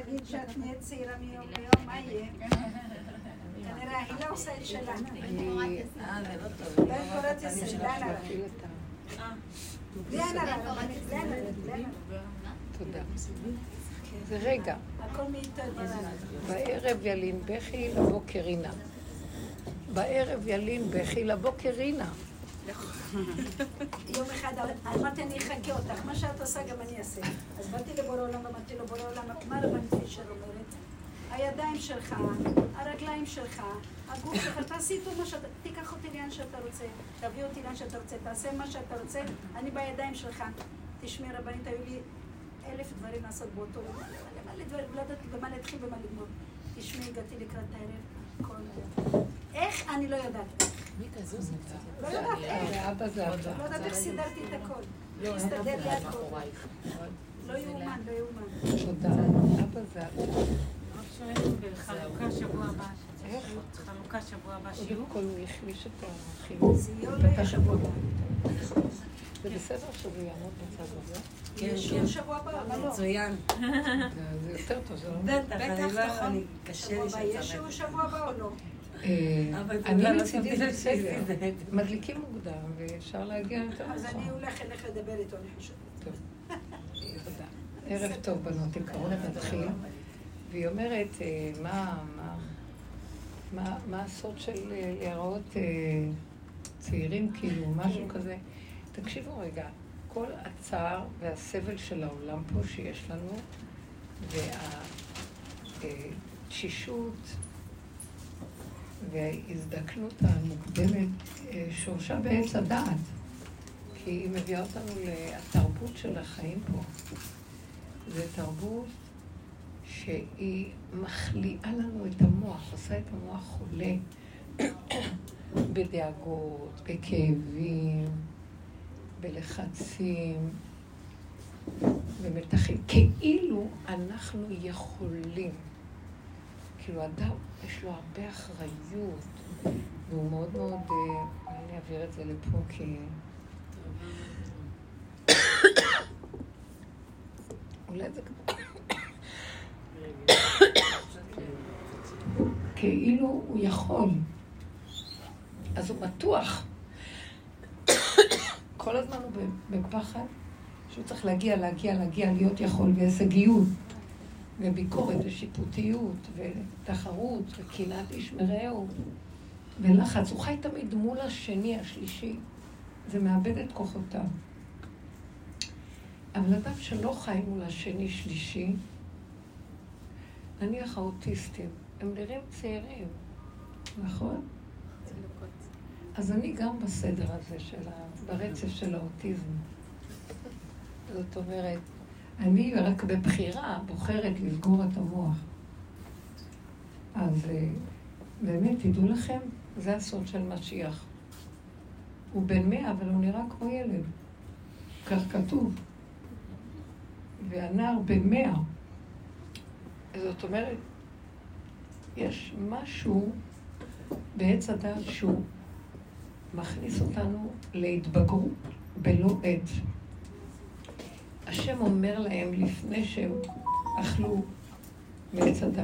להגיד שאת נהיית צעירה מיום ליום, מה יהיה? כנראה היא לא עושה את שלה. לא קוראת יסד, לאן הרע. לאן הרע, לאן. תודה. זה רגע. הכל מאיתו ברע. בערב ילין בכי לבוקר רינה. בערב ילין בכי לבוקר רינה. יום אחד אמרתי אני אחכה אותך, מה שאת עושה גם אני אעשה. אז באתי לבורא עולם ואמרתי לו בורא עולם, מה רבנית פישר אומרת? הידיים שלך, הרגליים שלך, הגוף שלך, תעשי איתו מה שאתה, תיקח אותי לאן שאתה רוצה, תביא אותי לאן שאתה רוצה, תעשה מה שאתה רוצה, אני בידיים שלך. תשמעי רבנית, היו לי 1000 דברים לעשות באותו יום, מלא דברים, לא ידעתי במה להתחיל ומה לגמור. תשמעי, הגעתי לקראת הערב, כל היום. איך? אני לא יודעת איך. לא יודעת איך. לא יודעת איך סידרתי את הכל. הסתדר לי הכל. לא יאומן, לא יאומן. תודה. אבא זה חנוכה שבוע הבא. חנוכה שבוע הבא שיעור. כל הוא החליש את האחים. זה יום לא שבוע הבא. זה בסדר שזה יעמוד בצד הזה? יש יום שבוע הבא, אבל לא. מצוין. זה יותר טוב, זה לא... בטח, אני לא יכולה, קשה לי יש יום שבוע הבא או לא? אני מצידי זה בסדר. מדליקים מוקדם ואפשר להגיע יותר נכון. אז אני הולך אליך לדבר איתו, אני חושבת. טוב. תודה. ערב טוב בנות, עיקרון מתחיל. והיא אומרת, מה הסוד של להיראות צעירים, כאילו, משהו כזה. תקשיבו רגע, כל הצער והסבל של העולם פה שיש לנו, והתשישות וההזדקנות המוקדמת שורשה בעץ הדעת, כי היא מביאה אותנו לתרבות של החיים פה. זו תרבות שהיא מחליאה לנו את המוח, עושה את המוח חולה בדאגות, בכאבים, בלחצים ומתחים. כאילו אנחנו יכולים. כאילו אדם יש לו הרבה אחריות, והוא מאוד מאוד... אני אעביר את זה לפה כי... אולי זה... כאילו הוא יכול, אז הוא בטוח. כל הזמן הוא בפחד שהוא צריך להגיע, להיות יכול, והישגיות, וביקורת, ושיפוטיות, ותחרות, וקנאת איש מרעהו, ולחץ. הוא חי תמיד מול השני, השלישי. זה מאבד את כוחותיו. אבל אדם שלא חי מול השני, שלישי, נניח האוטיסטים, הם נראים צעירים, נכון? אז אני גם בסדר הזה, ברצף של האוטיזם. זאת אומרת, אני רק בבחירה בוחרת לסגור את המוח. אז באמת, תדעו לכם, זה הסוד של משיח. הוא בן 100, אבל הוא נראה כמו ילד. כך כתוב. והנער בן 100. זאת אומרת, יש משהו בעץ הדעת שהוא מכניס אותנו להתבגרות בלא עת. השם אומר להם לפני שהם אכלו מעץ הדעת.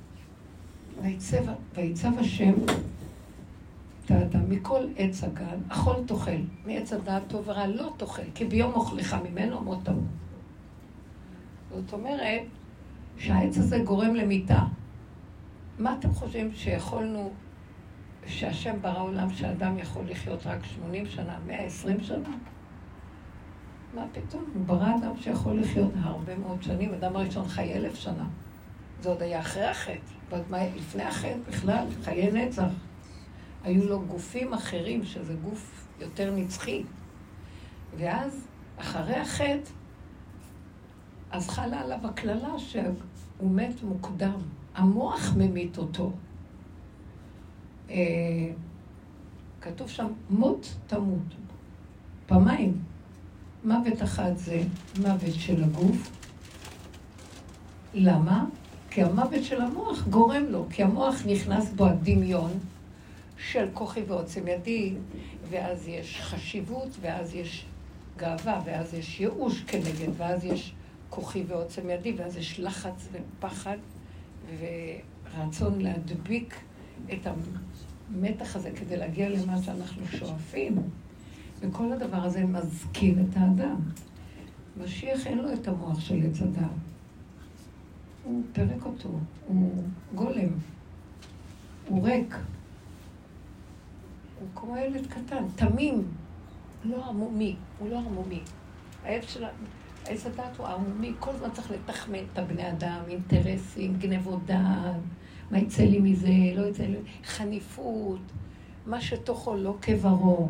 ויצב השם את האדם מכל עץ הגן, אכול תאכל, מעץ הדעת טוב ורע לא תאכל, כי ביום אוכלך ממנו מות תמות. זאת אומרת שהעץ הזה גורם למיתה. מה אתם חושבים שיכולנו, שהשם ברא עולם שהאדם יכול לחיות רק 80 שנה, 120 שנה? מה פתאום? הוא ברא אדם שיכול לחיות הרבה מאוד שנים. אדם הראשון חי 1000 שנה. זה עוד היה אחרי החטא. לפני החטא בכלל, חיי נצח. היו לו גופים אחרים, שזה גוף יותר נצחי. ואז, אחרי החטא, אז חלה עליו הכללה שהוא מת מוקדם. המוח ממית אותו. כתוב שם, מות תמות. פעמיים. מוות אחד זה מוות של הגוף. למה? כי המוות של המוח גורם לו, כי המוח נכנס בו הדמיון של כוחי ועוצם ידי, ואז יש חשיבות, ואז יש גאווה, ואז יש ייאוש כנגד, ואז יש כוחי ועוצם ידי, ואז יש לחץ ופחד ורצון להדביק את המתח הזה כדי להגיע למה שאנחנו שואפים. וכל הדבר הזה מזכיר את האדם. משיח אין לו את המוח של עץ אדם. הוא פרק אותו, הוא גולם, הוא ריק. הוא כמו ילד קטן, תמים, לא עמומי, הוא לא עמומי. העץ הדת הוא עמומי, כל הזמן צריך לתחמן את הבני אדם, אינטרסים, גנבות דעת, מה יצא לי מזה, לא יצא לי, חניפות, מה שתוכו לא כברו.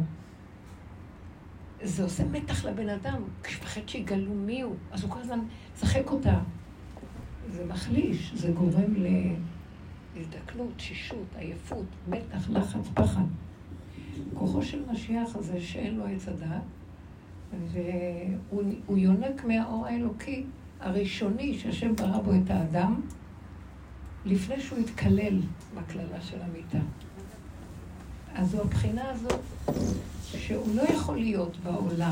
זה עושה מתח לבן אדם, כשפחד שיגלו מי הוא, אז הוא כל הזמן שחק אותה. זה מחליש, זה גורם להזדקנות, שישות, עייפות, מתח, לחץ, פחד. כוחו של משיח הזה שאין לו עץ הדת, והוא יונק מהאור האלוקי הראשוני שהשם ברא בו את האדם, לפני שהוא התקלל בכללה של המיטה. אז זו הבחינה הזאת שהוא לא יכול להיות בעולם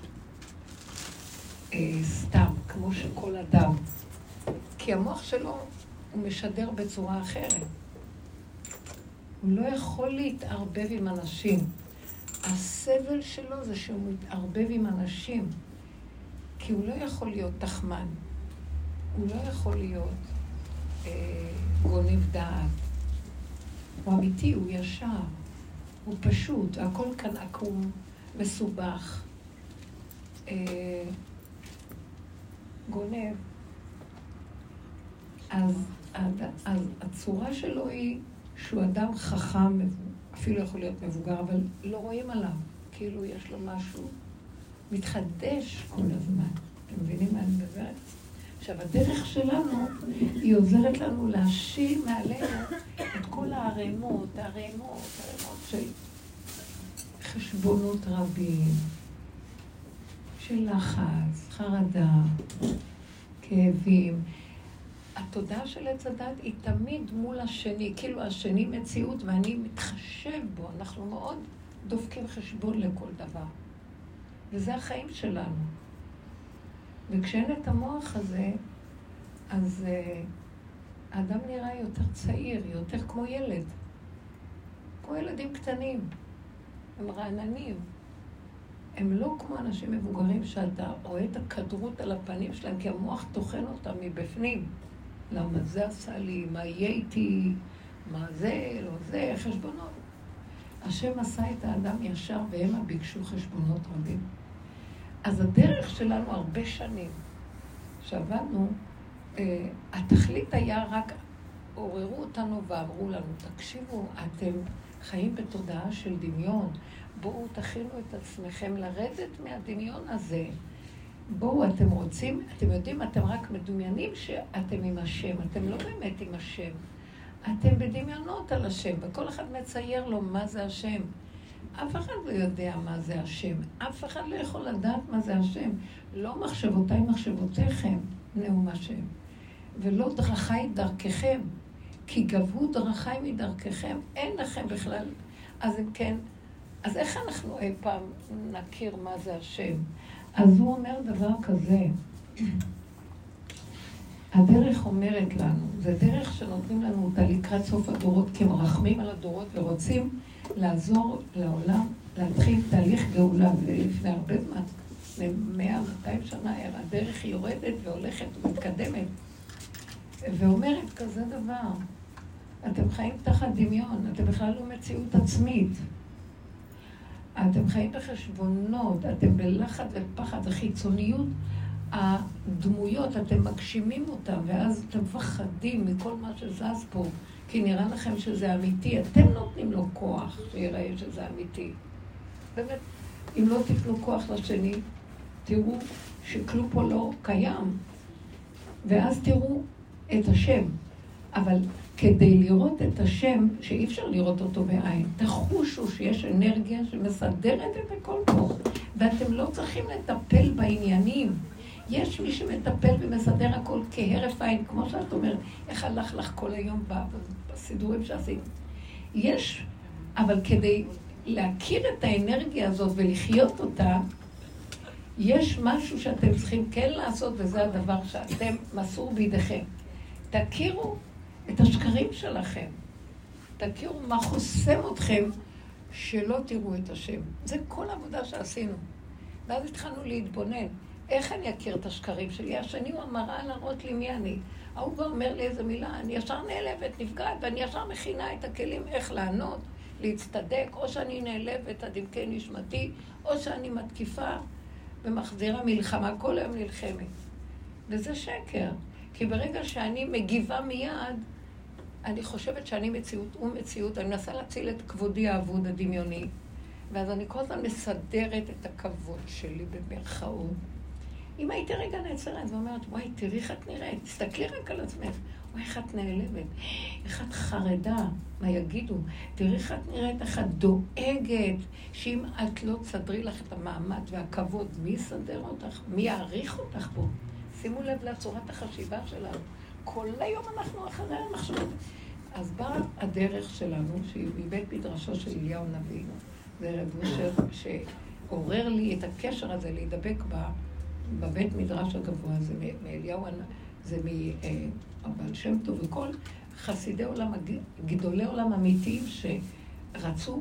סתם, כמו שכל אדם. כי המוח שלו הוא משדר בצורה אחרת. הוא לא יכול להתערבב עם אנשים. הסבל שלו זה שהוא מתערבב עם אנשים. כי הוא לא יכול להיות תחמן. הוא לא יכול להיות גונב דעת. הוא אמיתי, הוא ישר. הוא פשוט, הכל כאן עקום, מסובך, גונב. אז הצורה שלו היא שהוא אדם חכם, אפילו יכול להיות מבוגר, אבל לא רואים עליו, כאילו יש לו משהו מתחדש כל הזמן. אתם מבינים מה אני מדברת? עכשיו, הדרך שלנו היא עוזרת לנו להשיל מעלינו את כל הערימות של חשבונות רבים, של לחץ, חרדה, כאבים. התודעה של עץ הדת היא תמיד מול השני, כאילו השני מציאות ואני מתחשב בו. אנחנו מאוד דופקים חשבון לכל דבר. וזה החיים שלנו. וכשאין את המוח הזה, אז האדם נראה יותר צעיר, יותר כמו ילד. כמו ילדים קטנים. הם רעננים. הם לא כמו אנשים מבוגרים שאתה רואה את הכדרות על הפנים שלהם, כי המוח טוחן אותם מבפנים. למה זה עשה לי, מה יהיה איתי, מה זה, לא זה, חשבונות. השם עשה את האדם ישר והם ביקשו חשבונות רבים. אז הדרך שלנו הרבה שנים שעבדנו, התכלית היה רק, עוררו אותנו ואמרו לנו, תקשיבו, אתם חיים בתודעה של דמיון, בואו תכינו את עצמכם לרדת מהדמיון הזה. בואו, אתם רוצים, אתם יודעים, אתם רק מדומיינים שאתם עם השם, אתם לא באמת עם השם. אתם בדמיונות על השם, וכל אחד מצייר לו מה זה השם. אף אחד לא יודע מה זה השם, אף אחד לא יכול לדעת מה זה השם. לא מחשבותיי מחשבותיכם, נאום השם. ולא דרכי דרככם, כי גבו דרכי מדרככם, אין לכם בכלל. אז אם כן, אז איך אנחנו אי פעם נכיר מה זה השם? אז הוא אומר דבר כזה, הדרך אומרת לנו, זה דרך שנותנים לנו אותה לקראת סוף הדורות, כי מרחמים על הדורות ורוצים לעזור לעולם, להתחיל תהליך גאולה, ולפני הרבה זמן, 100-200 שנה, הדרך יורדת והולכת ומתקדמת, ואומרת כזה דבר, אתם חיים תחת דמיון, אתם בכלל לא מציאות עצמית, אתם חיים בחשבונות, אתם בלחץ ופחד, החיצוניות, הדמויות, אתם מגשימים אותם, ואז אתם מפחדים מכל מה שזז פה, כי נראה לכם שזה אמיתי, אתם נותנים לו כוח שיראה שזה אמיתי. באמת, אם לא תיתנו כוח לשני, תראו שכלום פה לא קיים, ואז תראו את השם. אבל כדי לראות את השם, שאי אפשר לראות אותו בעין, תחושו שיש אנרגיה שמסדרת את הכל פה, ואתם לא צריכים לטפל בעניינים. יש מי שמטפל ומסדר הכל כהרף עין, כמו שאת אומרת, איך הלך לך כל היום בסידורים שעשיתם. יש, אבל כדי להכיר את האנרגיה הזאת ולחיות אותה, יש משהו שאתם צריכים כן לעשות, וזה הדבר שאתם מסור בידיכם. תכירו את השקרים שלכם. תכירו מה חוסם אתכם שלא תראו את השם. זה כל העבודה שעשינו. ואז התחלנו להתבונן. איך אני אכיר את השקרים שלי? השני הוא המראה להראות לי מי אני. ההוא כבר אומר לי איזה מילה, אני ישר נעלבת, נפגעת, ואני ישר מכינה את הכלים איך לענות, להצטדק, או שאני נעלבת עד עמקי נשמתי, או שאני מתקיפה ומחזירה מלחמה, כל היום נלחמת. וזה שקר, כי ברגע שאני מגיבה מיד, אני חושבת שאני מציאות, הוא מציאות, אני מנסה להציל את כבודי האבוד הדמיוני, ואז אני כל הזמן מסדרת את הכבוד שלי במרכאות. אם הייתי רגע נעצרת ואומרת, וואי, תראי איך את נראית, תסתכלי רק על עצמך, וואי, איך את נעלבת, איך את חרדה, מה יגידו, תראי איך את נראית, איך את דואגת, שאם את לא תסדרי לך את המעמד והכבוד, מי יסדר אותך, מי יעריך אותך פה? שימו לב לצורת החשיבה שלנו. כל היום אנחנו אחרי המחשבות. אז באה הדרך שלנו, שהיא מבית מדרשו של אליהו הנביא, זה רב אושר שעורר לי את הקשר הזה להידבק בבית מדרש הגבוה, זה מאליהו, זה מהבעל שם טוב, וכל חסידי עולם, גדולי עולם אמיתיים שרצו,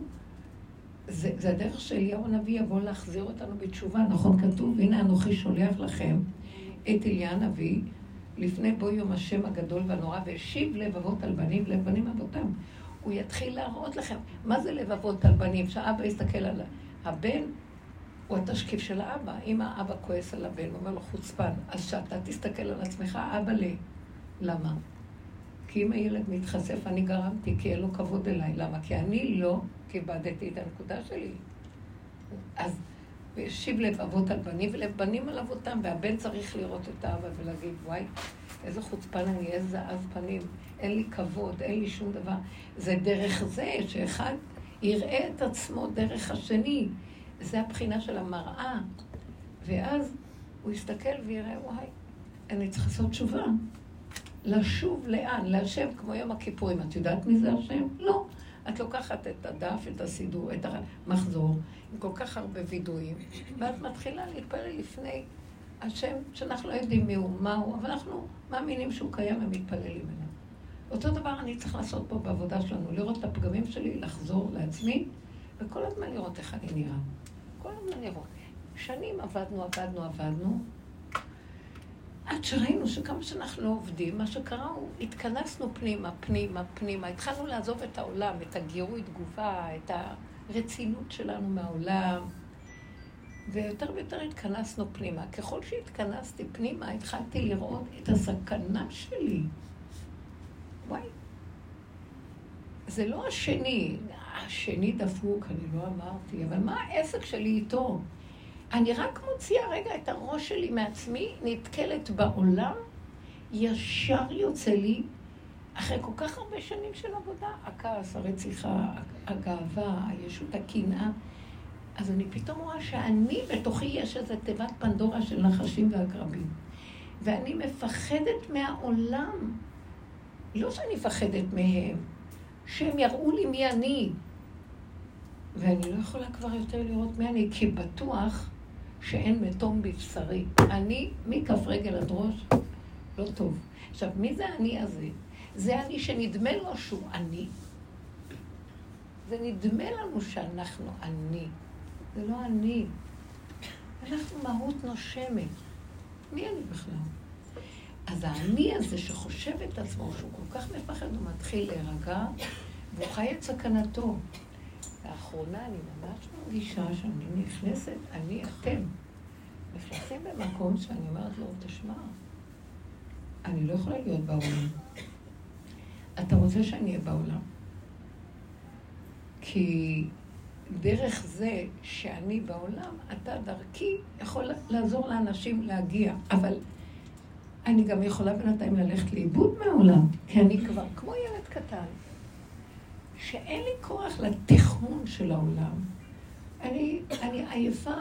זה הדרך של אליהו הנביא יבוא להחזיר אותנו בתשובה, נכון כתוב, הנה אנוכי שולח לכם את אליהו הנביא, לפני בו יום השם הגדול והנורא, והשיב לבבות על בנים, לב בנים אבותם. הוא יתחיל להראות לכם, מה זה לבבות על בנים? שהאבא יסתכל על הבן, הוא התשקיף של האבא. אם האבא כועס על הבן, הוא אומר לו חוצפן, אז שאתה תסתכל על עצמך, אבא למה? כי אם הילד מתחשף, אני גרמתי, כי אין לו כבוד אליי. למה? כי אני לא כיבדתי את הנקודה שלי. אז וישיב לב אבות על בנים, ולב בנים על אבותם, והבן צריך לראות את האבא ולהגיד, וואי, איזה חוצפן אני, איזה עז פנים, אין לי כבוד, אין לי שום דבר. זה דרך זה שאחד יראה את עצמו דרך השני. זה הבחינה של המראה. ואז הוא יסתכל ויראה, וואי, אני צריך לעשות תשובה. לשוב לאן? להשם כמו יום הכיפורים. את יודעת מי זה השם? לא. את לוקחת את הדף, את הסידור, את המחזור, עם כל כך הרבה וידועים, ואת מתחילה להתפלל לפני השם, שאנחנו לא יודעים מי הוא, מה הוא, אבל אנחנו מאמינים שהוא קיים ומתפללים אליו. אותו דבר אני צריך לעשות פה בעבודה שלנו, לראות את הפגמים שלי, לחזור לעצמי, וכל הזמן לראות איך אני נראה. כל הזמן לראות. שנים עבדנו, עד שראינו שכמה שאנחנו לא עובדים, מה שקרה הוא, התכנסנו פנימה, התחלנו לעזוב את העולם, את הגירוי תגובה, את הרצינות שלנו מהעולם, ויותר ויותר התכנסנו פנימה. ככל שהתכנסתי פנימה, התחלתי לראות את הסכנה שלי. וואי, זה לא השני דפוק, אני לא אמרתי, אבל מה העסק שלי איתו? אני רק מוציאה רגע את הראש שלי מעצמי, נתקלת בעולם, ישר יוצא לי, אחרי כל כך הרבה שנים של עבודה, הכעס, הרציחה, הגאווה, הישות, הקנאה, אז אני פתאום רואה שאני בתוכי יש איזו תיבת פנדורה של נחשים ועקרבים. ואני מפחדת מהעולם. לא שאני מפחדת מהם, שהם יראו לי מי אני. ואני לא יכולה כבר יותר לראות מי אני, כי בטוח שאין מתום בבשרי. אני, מכף רגל עד ראש, לא טוב. עכשיו, מי זה אני הזה? זה אני שנדמה לו שהוא אני. זה נדמה לנו שאנחנו אני. זה לא אני. אנחנו מהות נושמת. מי אני בכלל? אז האני הזה שחושב את עצמו, שהוא כל כך מפחד, הוא מתחיל להירגע, והוא חי את סכנתו. לאחרונה אני ממש מרגישה שאני נכנסת, אתם נכנסים במקום שאני אומרת לו, תשמע, אני לא יכולה להיות בעולם. אתה רוצה שאני אהיה בעולם? כי דרך זה שאני בעולם, אתה דרכי יכול לעזור לאנשים להגיע. אבל אני גם יכולה בינתיים ללכת לאיבוד מהעולם, כי אני כבר כמו ילד קטן, שאין לי כוח לתכנון של העולם. אני עייפה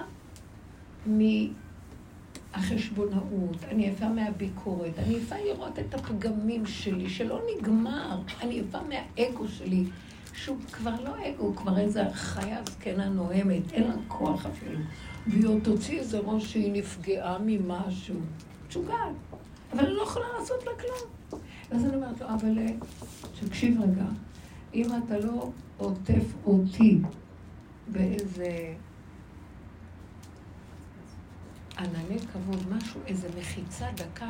מהחשבונאות, אני עייפה מהביקורת, אני עייפה לראות את הפגמים שלי, שלא נגמר, אני עייפה מהאגו שלי, שהוא כבר לא אגו, הוא כבר איזה חיה זקנה נוהמת, אין לה כוח אפילו. והיא עוד תוציא איזה ראש שהיא נפגעה ממשהו. תשוגעת. אבל אני לא יכולה לעשות לה כלום. אז אני אומרת לו, אבל תקשיב רגע, אם אתה לא עוטף אותי באיזה ענני כבוד, משהו, איזה מחיצה דקה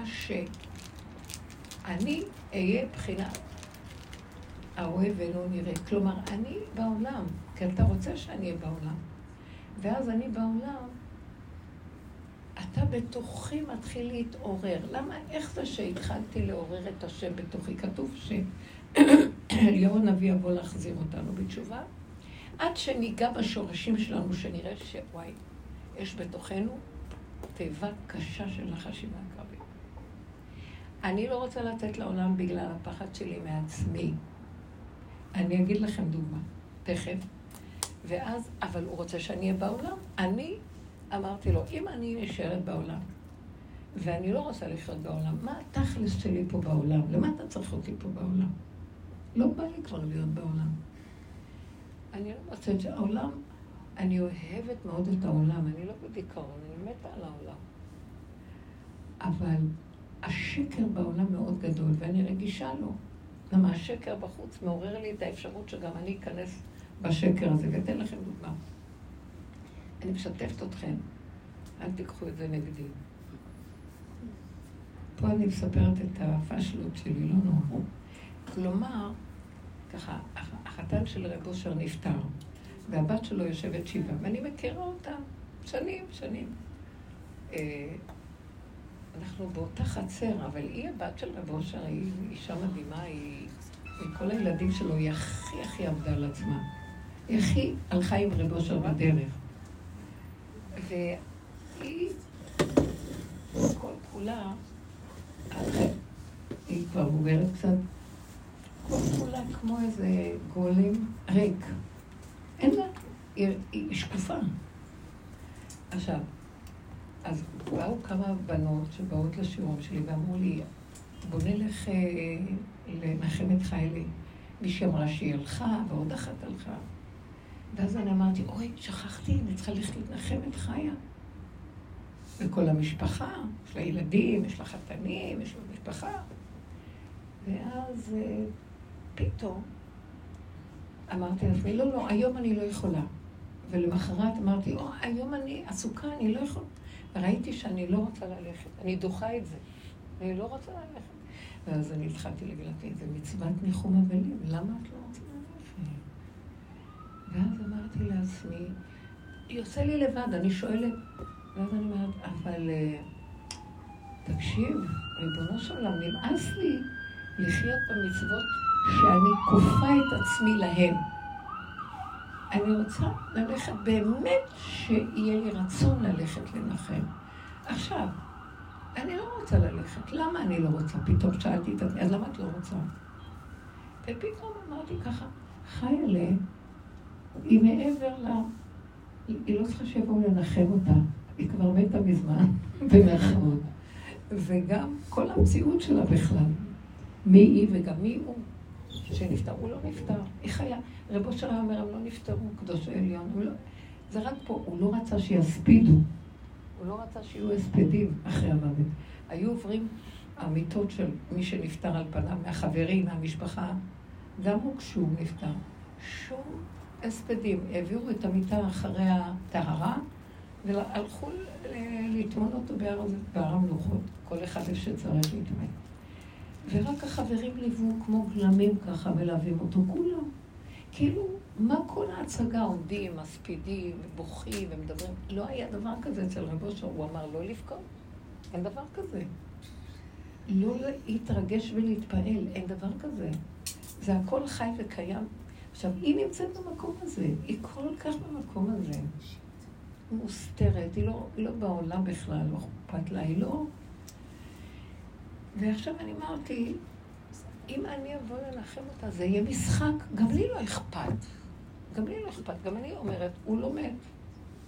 שאני אהיה בחינת האוהב ולא נראה. כלומר, אני בעולם, כי אתה רוצה שאני אהיה בעולם. ואז אני בעולם, אתה בתוכי מתחיל להתעורר. למה? איך זה שהתחלתי לעורר את השם בתוכי? כתוב שאליהו הנביא יבוא להחזיר אותנו בתשובה, עד שניגע בשורשים שלנו, שנראה שוואי, יש בתוכנו תיבה קשה של נחשים ועקרבים. אני לא רוצה לתת לעולם בגלל הפחד שלי מעצמי. אני אגיד לכם דוגמה, תכף. ואז, אבל הוא רוצה שאני אהיה בעולם. אני אמרתי לו, אם אני נשארת בעולם, ואני לא רוצה לחיות בעולם, מה התכלס שלי פה בעולם? למה אתה צריך אותי פה בעולם? לא בא לי כבר להיות בעולם. אני לא רוצה את העולם, אני אוהבת מאוד את העולם, אני לא בדיכאון, אני מתה על העולם. אבל השקר בעולם מאוד גדול, ואני רגישה לו. למה השקר בחוץ מעורר לי את האפשרות שגם אני אכנס בשקר הזה, ואתן לכם דוגמה. אני משתפת אתכם, אל תיקחו את זה נגדי. פה אני מספרת את הפשלות שלי, לא נורא. כלומר, ככה, החתן של רב אושר נפטר, והבת שלו יושבת שבעה, ואני מכירה אותה שנים. אנחנו באותה חצר, אבל היא הבת של רב אושר, היא אישה מדהימה, היא כל הילדים שלו, היא הכי עבדה על עצמה. היא הכי הלכה עם רב אושר בדרך. והיא, כל כולה, היא כבר בוגרת קצת, כל כולה כמו איזה גולם ריק. אין לה, היא שקופה. עכשיו, אז באו כמה בנות שבאות לשיעור שלי ואמרו לי, בוא נלך לנחם את חיילי. מישהי אמרה שהיא הלכה ועוד אחת הלכה. ואז אני אמרתי, אוי, שכחתי, אני צריכה ללכת להתנחם את חיה. וכל המשפחה, יש לה ילדים, יש לה חתנים, יש לה משפחה. ואז פתאום אמרתי לעצמי, לא, היום אני לא יכולה. ולמחרת אמרתי, היום אני עסוקה, אני לא יכולה. וראיתי שאני לא רוצה ללכת, אני דוחה את זה. אני לא רוצה ללכת. ואז אני התחלתי לגלתי, זה מצוות ניחום אבלים, למה את לא רוצה ללכת? ואז אמרתי לעצמי, היא עושה לי לבד, אני שואלת, ואז אני אומרת, אבל תקשיב, ריבונו של עולם, נמאס לי לחיות במצוות שאני כופה את עצמי להן. אני רוצה ללכת באמת שיהיה לי רצון ללכת לנחם. עכשיו, אני לא רוצה ללכת. למה אני לא רוצה? פתאום שאלתי את עצמי, אז למה את לא רוצה? ופתאום אמרתי ככה, חיילה, היא מעבר לה, היא לא צריכה שיבואו לנחם אותה, היא כבר מתה מזמן, במרכאות. וגם כל המציאות שלה בכלל, מי היא וגם מי הוא, שנפטר, הוא לא נפטר, היא חיה. רב אושר אומר, הם לא נפטרו, קדוש העליון, לא, זה רק פה, הוא לא רצה שיספידו, הוא לא רצה שיהיו הספדים אחרי המוות. היו עוברים המיטות של מי שנפטר על פניו, מהחברים, מהמשפחה, גם הוא כשהוא נפטר. שום הספדים, העבירו את המיטה אחרי הטהרה, והלכו לטמון אותו בהר המנוחות, כל אחד שצריך להתאמן. ורק החברים ליוו כמו גלמים ככה, מלווים אותו כולם. כאילו, מה כל ההצגה עומדים, מספידים, בוכים ומדברים? לא היה דבר כזה אצל רב אושר, הוא אמר לא לבכות, אין דבר כזה. לא להתרגש ולהתפעל, אין דבר כזה. זה הכל חי וקיים. עכשיו, היא נמצאת במקום הזה, היא כל כך במקום הזה. היא מוסתרת, היא לא בעולם בכלל, לא אכפת לה, היא לא... ועכשיו אני אמרתי, אם אני אבוא לנחם אותה, זה יהיה משחק, גם לי לא אכפת. גם אני אומרת, הוא לא מת.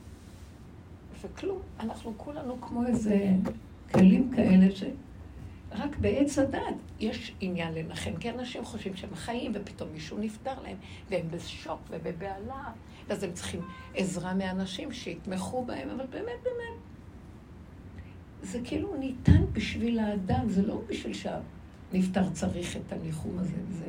וכלום, אנחנו כולנו כמו איזה כלים כאלה רק בעץ הדת יש עניין לנחם, כי אנשים חושבים שהם חיים ופתאום מישהו נפטר להם, והם בשוק ובבעלה, ואז הם צריכים עזרה מאנשים שיתמכו בהם, אבל באמת, זה כאילו ניתן בשביל האדם, זה לא בשביל שהנפטר צריך את הניחום הזה וזה.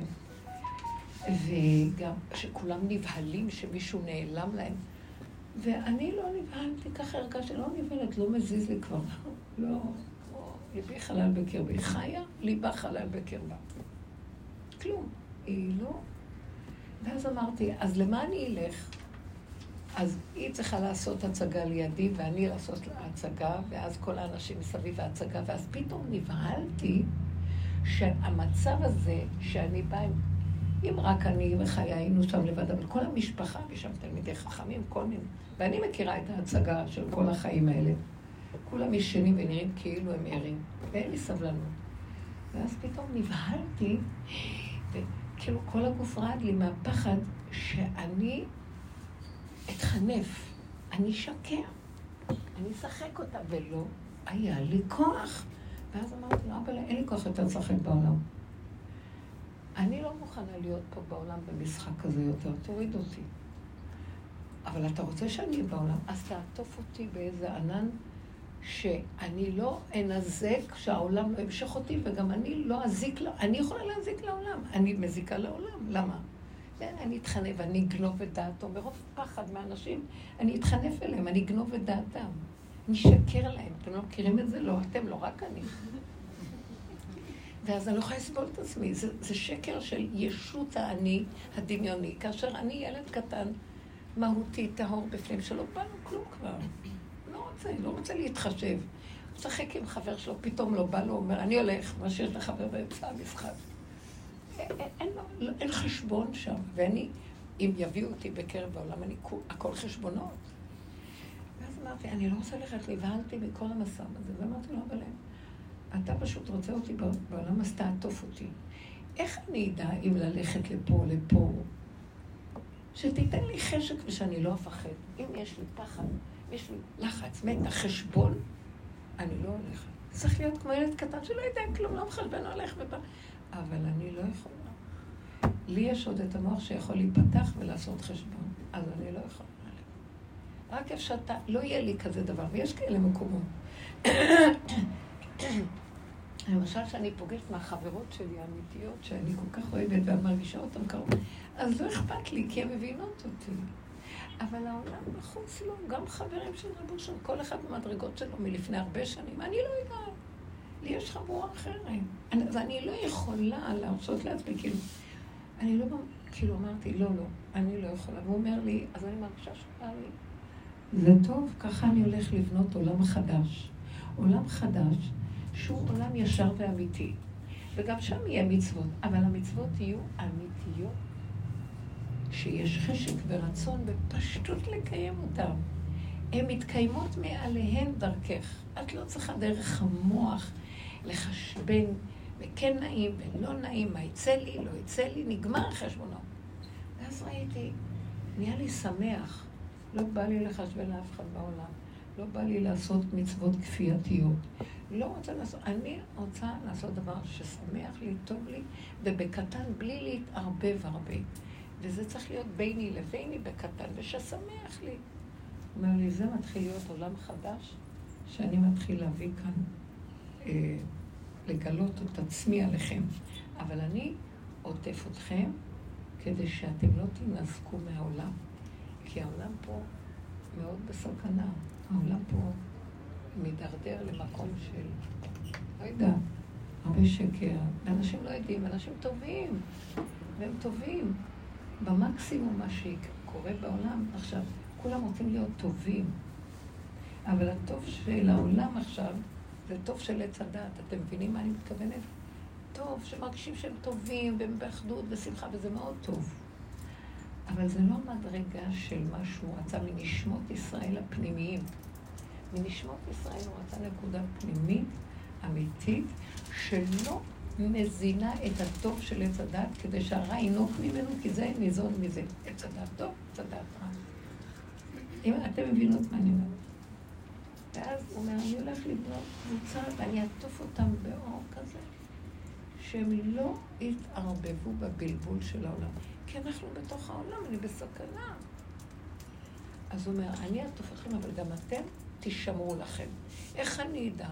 וגם שכולם נבהלים שמישהו נעלם להם. ואני לא נבהלתי, ככה הרגשתי, לא נבהלת, לא מזיז לי כבר, לא. ליבי חלל בקרבי, חיה, ליבה חלל בקרבה. כלום, היא לא. ואז אמרתי, אז למה אני אלך? אז היא צריכה לעשות הצגה לידי, ואני לעשות לה הצגה, ואז כל האנשים מסביב ההצגה, ואז פתאום נבהלתי שהמצב הזה שאני באה, אם רק אני וחיה היינו שם לבד, אבל כל המשפחה, ושם תלמידי חכמים, כל מיני, ואני מכירה את ההצגה של כל החיים האלה. כולם ישנים ונראים כאילו הם ערים, ואין לי סבלנות. ואז פתאום נבהלתי, וכאילו כל הגוף רעד לי מהפחד שאני אתחנף, אני שקע, אני אשחק אותה, ולא היה לי כוח. ואז אמרתי לו, אבל אין לי כוח יותר לשחק בעולם. אני לא מוכנה להיות פה בעולם במשחק כזה יותר, תוריד אותי. אבל אתה רוצה שאני אהיה בעולם, אז תעטוף אותי באיזה ענן, שאני לא אנזק, שהעולם לא ימשך אותי, וגם אני לא אזיק לו, אני יכולה להזיק לעולם, אני מזיקה לעולם, למה? אני אתחנף, אני אגנוב את דעתו, ברוב פחד מאנשים, אני אתחנף אליהם, אני אגנוב את דעתם, אני אשקר להם, אתם לא מכירים את זה? לא, אתם לא, רק אני. ואז אני לא יכולה לסבול את עצמי, זה שקר של ישות האני הדמיוני, כאשר אני ילד קטן, מהותי, טהור בפנים שלו, בא לו כלום כבר. לא רוצה להתחשב. הוא שחק עם חבר שלו, פתאום לא בא לו, אומר, אני הולך, מה שיש לחבר באמצע המשחק. אין חשבון שם, ואני, אם יביאו אותי בקרב בעולם, אני הכל חשבונות. ואז אמרתי, אני לא רוצה ללכת, נבהלתי מכל המסע הזה, ואמרתי לו, אבל אתה פשוט רוצה אותי בעולם, אז תעטוף אותי. איך אני אדע אם ללכת לפה או לפה? שתיתן לי חשק ושאני לא אפחד. אם יש לי פחד, יש לי לחץ, מתח, חשבון, אני לא הולכת. צריך להיות כמו ילד קטן שלא יודע כלום, לא מחשבן, הולך ובא. אבל אני לא יכולה. לי יש עוד את המוח שיכול להיפתח ולעשות חשבון, אז אני לא יכולה. רק אפשר, לא יהיה לי כזה דבר, ויש כאלה מקומות. למשל שאני פוגשת מהחברות שלי האמיתיות, שאני כל כך אוהבת ומרגישה אותן קרוב, אז לא אכפת לי, כי הן מבינות אותי. אבל העולם בחוץ לא, גם חברים של רבו שם, כל אחד במדרגות שלו מלפני הרבה שנים, אני לא יודעת. לי יש חבורה אחרת. ואני לא יכולה להרשות לעצמי, כאילו אמרתי, לא, אני לא יכולה. והוא אומר לי, אז אני מרגישה שאלה לי, זה טוב, ככה אני הולך לבנות עולם חדש. עולם חדש, שהוא עולם ישר ואמיתי. וגם שם יהיה מצוות, אבל המצוות יהיו אמיתיות. שיש חשק ורצון ופשטות לקיים אותם. הן מתקיימות מעליהן דרכך. את לא צריכה דרך המוח לחשבן, וכן נעים ולא נעים, מה יצא לי, לא יצא לי, נגמר החשבונות. ואז ראיתי, נהיה לי שמח. לא בא לי לחשבן לאף אחד בעולם. לא בא לי לעשות מצוות כפייתיות. לא רוצה לעשות, אני רוצה לעשות דבר ששמח לי, טוב לי, ובקטן בלי להתערבב הרבה. וזה צריך להיות ביני לביני בקטן, וששמח לי. הוא אומר לי, זה מתחיל להיות עולם חדש, שאני מתחיל להביא כאן, לגלות את עצמי עליכם. אבל אני עוטף אתכם, כדי שאתם לא תנזקו מהעולם. כי העולם פה מאוד בסכנה. העולם פה מדרדר למקום של, לא יודע, הרבה שקר. ואנשים לא יודעים, אנשים טובים, והם טובים. במקסימום מה שקורה בעולם עכשיו, כולם רוצים להיות טובים. אבל הטוב של העולם עכשיו, זה טוב של עץ הדעת. אתם מבינים מה אני מתכוונת? טוב, שמרגישים שהם טובים, והם באחדות ושמחה, וזה מאוד טוב. אבל זה לא מדרגה של משהו, רצה מנשמות ישראל הפנימיים. מנשמות ישראל הוא רצה נקודה פנימית, אמיתית, שלא מזינה את הטוב של עץ הדת, כדי שהרע ינוק ממנו, כי זה ניזון מזה. עץ הדת טוב, עץ הדת רע. אם אתם מבינות מה אני אומרת. ואז הוא אומר, אני הולך לבנות קבוצה ואני אעטוף אותם באור כזה, שהם לא יתערבבו בבלבול של העולם. כי אנחנו בתוך העולם, אני בסכנה. אז הוא אומר, אני אעטוף אתכם, אבל גם אתם תשמרו לכם. איך אני אדע?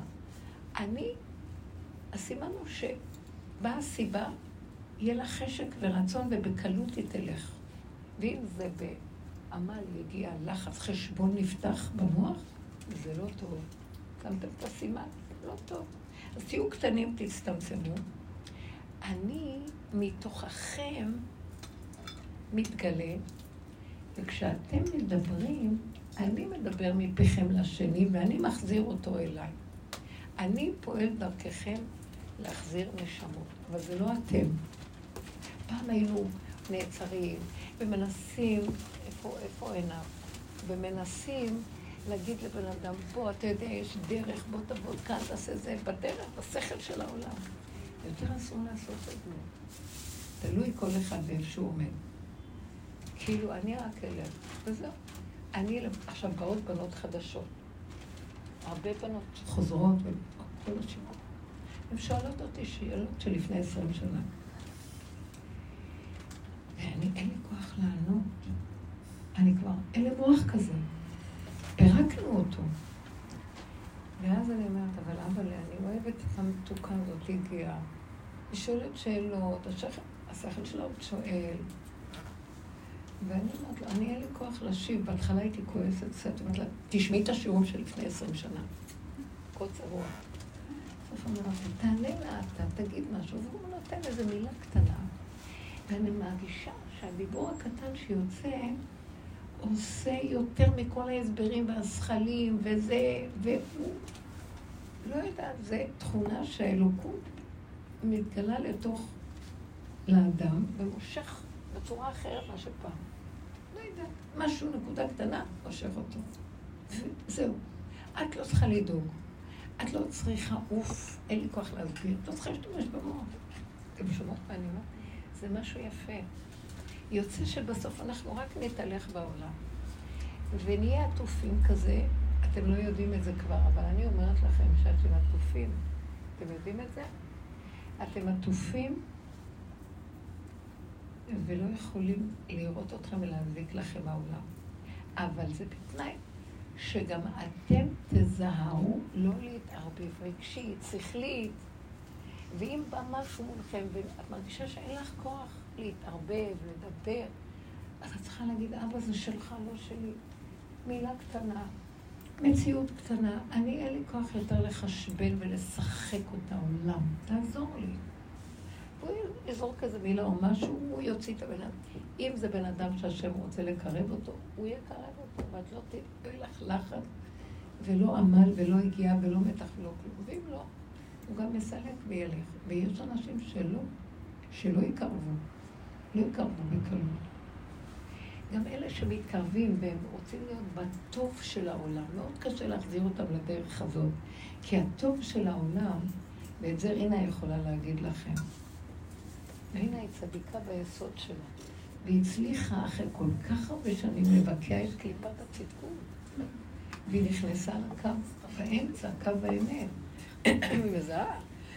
הסימן הוא שבאה הסיבה, יהיה לה חשק ורצון ובקלות היא תלך. ואם זה בעמל יגיע לחץ, חשבון נפתח במוח, זה לא טוב. שמתם את הסימן, לא טוב. אז תהיו קטנים, תצטמצמו. אני מתוככם מתגלה, וכשאתם מדברים, אני מדבר מפיכם לשני, ואני מחזיר אותו אליי. אני פועל דרככם להחזיר נשמות, אבל זה לא אתם. פעם היינו נעצרים ומנסים, איפה עיניו? ומנסים להגיד לבן אדם, בוא, אתה יודע, יש דרך, בוא תבוא כאן, תעשה זה, בדרך, בשכל של העולם. יותר אסור לעשות את זה. תלוי כל אחד ואיפה שהוא עומד. כאילו, אני רק אלך, וזהו. אני עכשיו באות בנות חדשות. הרבה בנות חוזרות וכל השיבות. הן שואלות אותי שאלות של לפני 20 שנה. ואני, אין לי כוח לענות. אני כבר, אין לי מוח כזה. פרקנו אותו. ואז אני אומרת, אבל אבא, אני אוהבת את המתוקה הזאת להגיע. היא שואלת שאלות, השכל שלה עוד שואל. ואני אומרת לה, אני אין לי כוח להשיב. בהתחלה הייתי כועסת קצת, אומרת לה, תשמעי את השיעורים של לפני 20 שנה. קוצר רוח. בסוף אני אומרת, תענה לה, תגיד משהו, והוא נותן איזו מילה קטנה. ואני מרגישה שהדיבור הקטן שיוצא, עושה יותר מכל ההסברים והשכלים, וזה, והוא לא יודעת, זה תכונה שהאלוקות מתגלה לתוך לאדם, ומושך בצורה אחרת מה שפעם. לא יודעת, משהו, נקודה קטנה, מושך אותו. וזהו. את לא צריכה לדאוג. את לא צריכה, אין לי כוח להסביר. את לא צריכה להשתמש במוח. אתם שומעות מה אני אומרת? זה משהו יפה. יוצא שבסוף אנחנו רק נתהלך בעולם. ונהיה עטופים כזה, אתם לא יודעים את זה כבר, אבל אני אומרת לכם שאתם עטופים. אתם יודעים את זה? אתם עטופים ולא יכולים לראות אתכם ולהזיק לכם העולם. אבל זה בתנאי שגם אתם תזהרו לא להתערבב רגשית, שכלית, ואם בא משהו מולכם ואת מרגישה שאין לך כוח להתערבב, לדבר, אז את צריכה להגיד, אבא זה שלך, לא שלי. מילה קטנה, מציאות קטנה, אין לי כוח יותר לחשבן ולשחק אותה עולם. תעזור לי. הוא יזרוק איזה מילה או משהו, הוא יוציא את הבן אדם. אם זה בן אדם שהשם רוצה לקרב אותו, הוא יקרב אותו, ואת לא תהיה לך לחץ, ולא עמל ולא הגיע ולא מתח ולא כלום. ואם לא, הוא גם מסלק וילך. ויש אנשים שלא יקרבו, לא יקרבו בקלות. גם אלה שמתקרבים והם רוצים להיות בטוב של העולם, מאוד קשה להחזיר אותם לדרך הזאת, כי הטוב של העולם, ואת זה רינה יכולה להגיד לכם, רינה היא צדיקה ביסוד שלה, והיא הצליחה אחרי כל כך הרבה שנים לבקע את קליפת הצדקות, והיא נכנסה לקו באמצע, קו האמת. היא מזהה.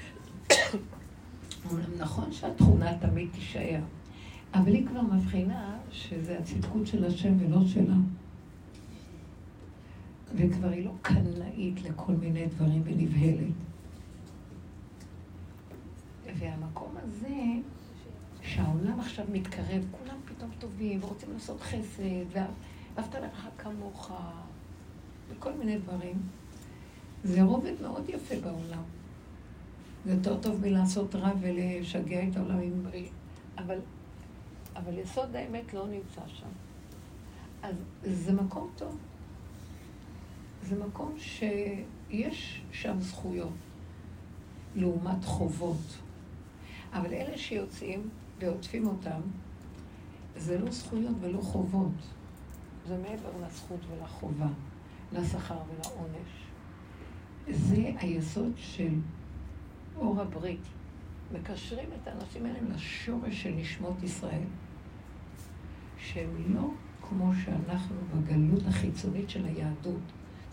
נכון שהתכונה תמיד תישאר, אבל היא כבר מבחינה שזה הצדקות של השם ולא שלה. וכבר היא לא קנאית לכל מיני דברים ונבהלת. והמקום הזה, שהעולם עכשיו מתקרב, כולם פתאום טובים ורוצים לעשות חסד, ואהבת לך כמוך, וכל מיני דברים. זה רובד מאוד יפה בעולם. זה יותר טוב מלעשות רע ולשגע את העולם עם בריא. אבל יסוד האמת לא נמצא שם. אז זה מקום טוב. זה מקום שיש שם זכויות, לעומת חובות. אבל אלה שיוצאים ועוטפים אותם, זה לא זכויות ולא חובות. זה מעבר לזכות ולחובה, לשכר ולעונש. זה היסוד של אור הברית. מקשרים את האנשים האלה לשורש של נשמות ישראל. שהם לא כמו שאנחנו בגלות החיצונית של היהדות.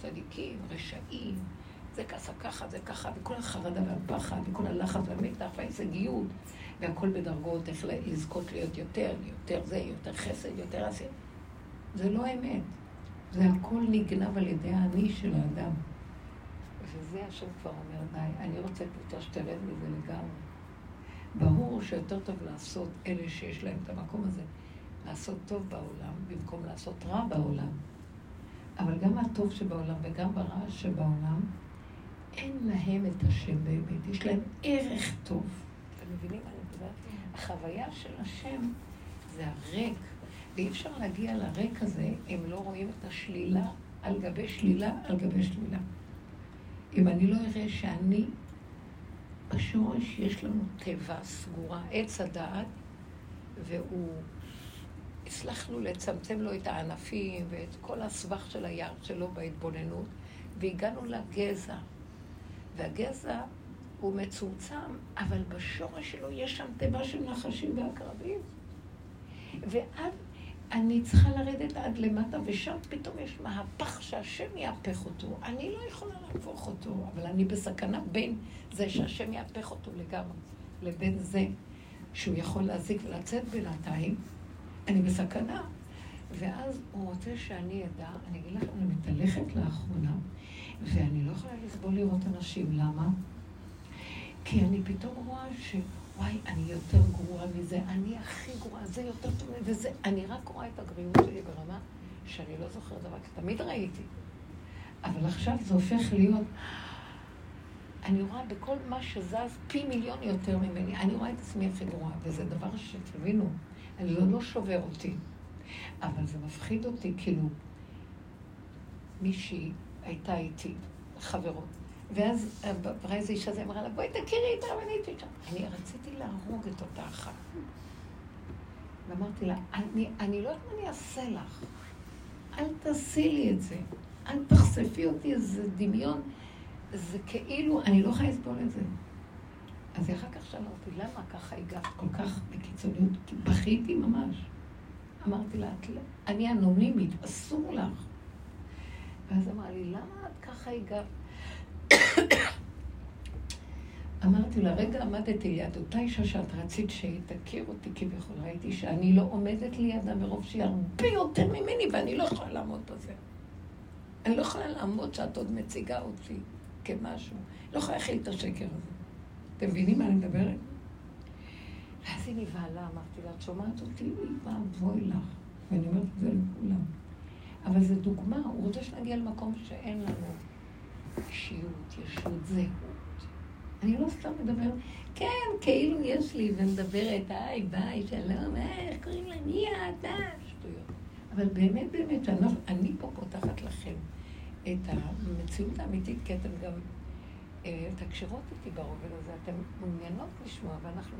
צדיקים, רשעים, זה ככה, זה ככה, וכל החרדה והפחד, וכל הלחץ והמתח וההישגיות, והכל בדרגות, איך לזכות להיות יותר זה, יותר חסד, יותר עשייה. זה לא אמת. זה הכל נגנב על ידי האני של האדם. וזה השם כבר אומר, די, אני רוצה פתאום שתרד מזה לגמרי. ברור שיותר טוב לעשות אלה שיש להם את המקום הזה, לעשות טוב בעולם, במקום לעשות רע בעולם. אבל גם הטוב שבעולם וגם ברע שבעולם, אין להם את השם באמת, יש להם ערך טוב. אתם מבינים מה אני מדברת? החוויה של השם זה הריק, ואי אפשר להגיע לריק הזה אם לא רואים את השלילה על גבי שלילה על גבי שלילה. אם אני לא אראה שאני, בשורש יש לנו טבע סגורה, עץ הדעת, והוא, הצלחנו לצמצם לו את הענפים ואת כל הסבך של היער שלו בהתבוננות, והגענו לגזע. והגזע הוא מצומצם, אבל בשורש שלו יש שם טבע של נחשים ועקרבים. ואז אני צריכה לרדת עד למטה, ושם פתאום יש מהפך שהשם יהפך אותו. אני לא יכולה להפוך אותו, אבל אני בסכנה בין זה שהשם יהפך אותו לגמרי, לבין זה שהוא יכול להזיק ולצאת בינתיים. אני בסכנה. ואז הוא רוצה שאני אדע, אני אגיד לכם, אני מתהלכת לאחרונה, ואני לא יכולה לסבול לראות אנשים. למה? כי אני פתאום רואה וואי, אני יותר גרועה מזה, אני הכי גרועה, זה יותר טוב וזה. אני רק רואה את הגריעות שלי ברמה שאני לא זוכר דבר, כי תמיד ראיתי. אבל עכשיו זה הופך להיות, אני רואה בכל מה שזז פי מיליון יותר ממני. אני רואה את עצמי הכי גרועה, וזה דבר שתבינו, אני לא שובר אותי. אבל זה מפחיד אותי, כאילו, מישהי הייתה איתי, חברות. ואז ברא איזו אישה זה אמרה לה, בואי תכירי את הרבנית אישה. אני רציתי להרוג את אותה אחת. ואמרתי לה, אני לא יודעת מה אני אעשה לך. אל תעשי לי את זה. אל תחשפי אותי איזה דמיון. זה כאילו, אני לא יכולה לסבול את זה. אז אחר כך שאלה אותי, למה ככה הגעת כל כך בקיצוניות? כי בכיתי ממש. אמרתי לה, אני אנונימית, אסור לך. ואז אמרה לי, למה את ככה הגעת? אמרתי לה, רגע עמדתי ליד אותה אישה שאת רצית שהיא תכיר אותי כביכול. ראיתי שאני לא עומדת לידה מרוב שהיא הרבה יותר ממני, ואני לא יכולה לעמוד בזה. אני לא יכולה לעמוד שאת עוד מציגה אותי כמשהו. לא יכולה להכיל את השקר הזה. אתם מבינים מה אני מדברת? ואז היא נבהלה, אמרתי לה, את שומעת אותי? מה אבוי לך? ואני אומרת את זה לכולם. אבל זו דוגמה, הוא רוצה שנגיע למקום שאין לנו אישיות, ישות, זהות. אני לא סתם מדברת, כן, כאילו יש לי, ומדברת, היי, ביי, שלום, איך קוראים לה, מי אתה? שטויות. אבל באמת, באמת, אני פה פותחת לכם את המציאות האמיתית, כי אתם גם תקשרות איתי ברובד הזה, אתם מעוניינות לשמוע,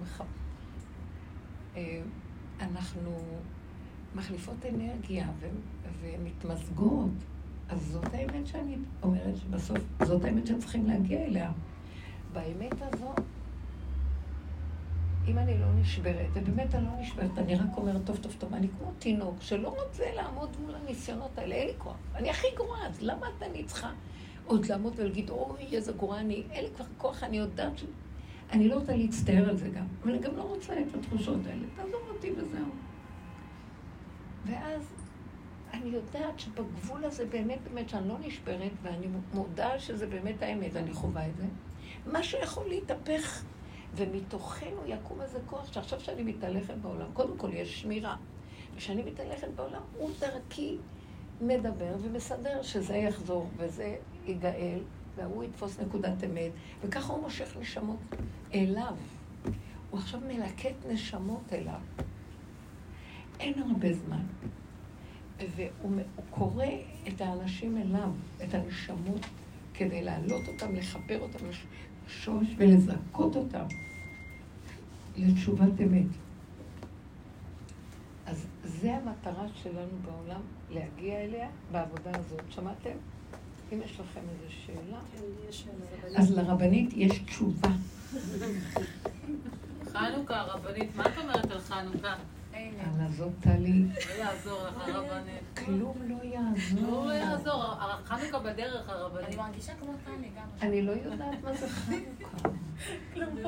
ואנחנו מחליפות אנרגיה ומתמזגות. אז זאת האמת שאני אומרת שבסוף, זאת האמת שצריכים להגיע אליה. באמת הזאת, אם אני לא נשברת, ובאמת אני לא נשברת, אני רק אומרת, טוב, אני כמו תינוק שלא רוצה לעמוד מול הניסיונות האלה, אין לי כוח. אני הכי גרועה, אז למה אני צריכה עוד לעמוד ולהגיד, אוי, איזה גרועה אני, אין לי כבר כוח, אני יודעת ש... אני לא רוצה להצטער על זה גם, אבל אני גם לא רוצה את התחושות האלה, תעזור אותי וזהו. ואז אני יודעת שבגבול הזה באמת שאני לא נשברת, ואני מודה שזה באמת האמת, אני חווה את זה. משהו יכול להתהפך, ומתוכנו יקום איזה כוח, שעכשיו שאני מתהלכת בעולם, קודם כל יש שמירה, ושאני מתהלכת בעולם, הוא דרכי מדבר ומסדר שזה יחזור, וזה ייגאל, והוא יתפוס נקודת אמת, וככה הוא מושך נשמות אליו. הוא עכשיו מלקט נשמות אליו. אין הרבה זמן. והוא קורא את האנשים אליו, את הנשמות, כדי להעלות אותם, לחבר אותם לשורש ולזעקות אותם לתשובת אמת. אז זה המטרה שלנו בעולם, להגיע אליה בעבודה הזאת. שמעתם? אם יש לכם איזו שאלה? אז לרבנית יש תשובה. חנוכה, רבנית, מה את אומרת על חנוכה? אנא זאת טלי. לא יעזור לך הרבנית. כלום לא יעזור. לא יעזור, חנוכה בדרך הרבנית. אני מרגישה כמו טלי גם. אני לא יודעת מה זה חנוכה. כלום לא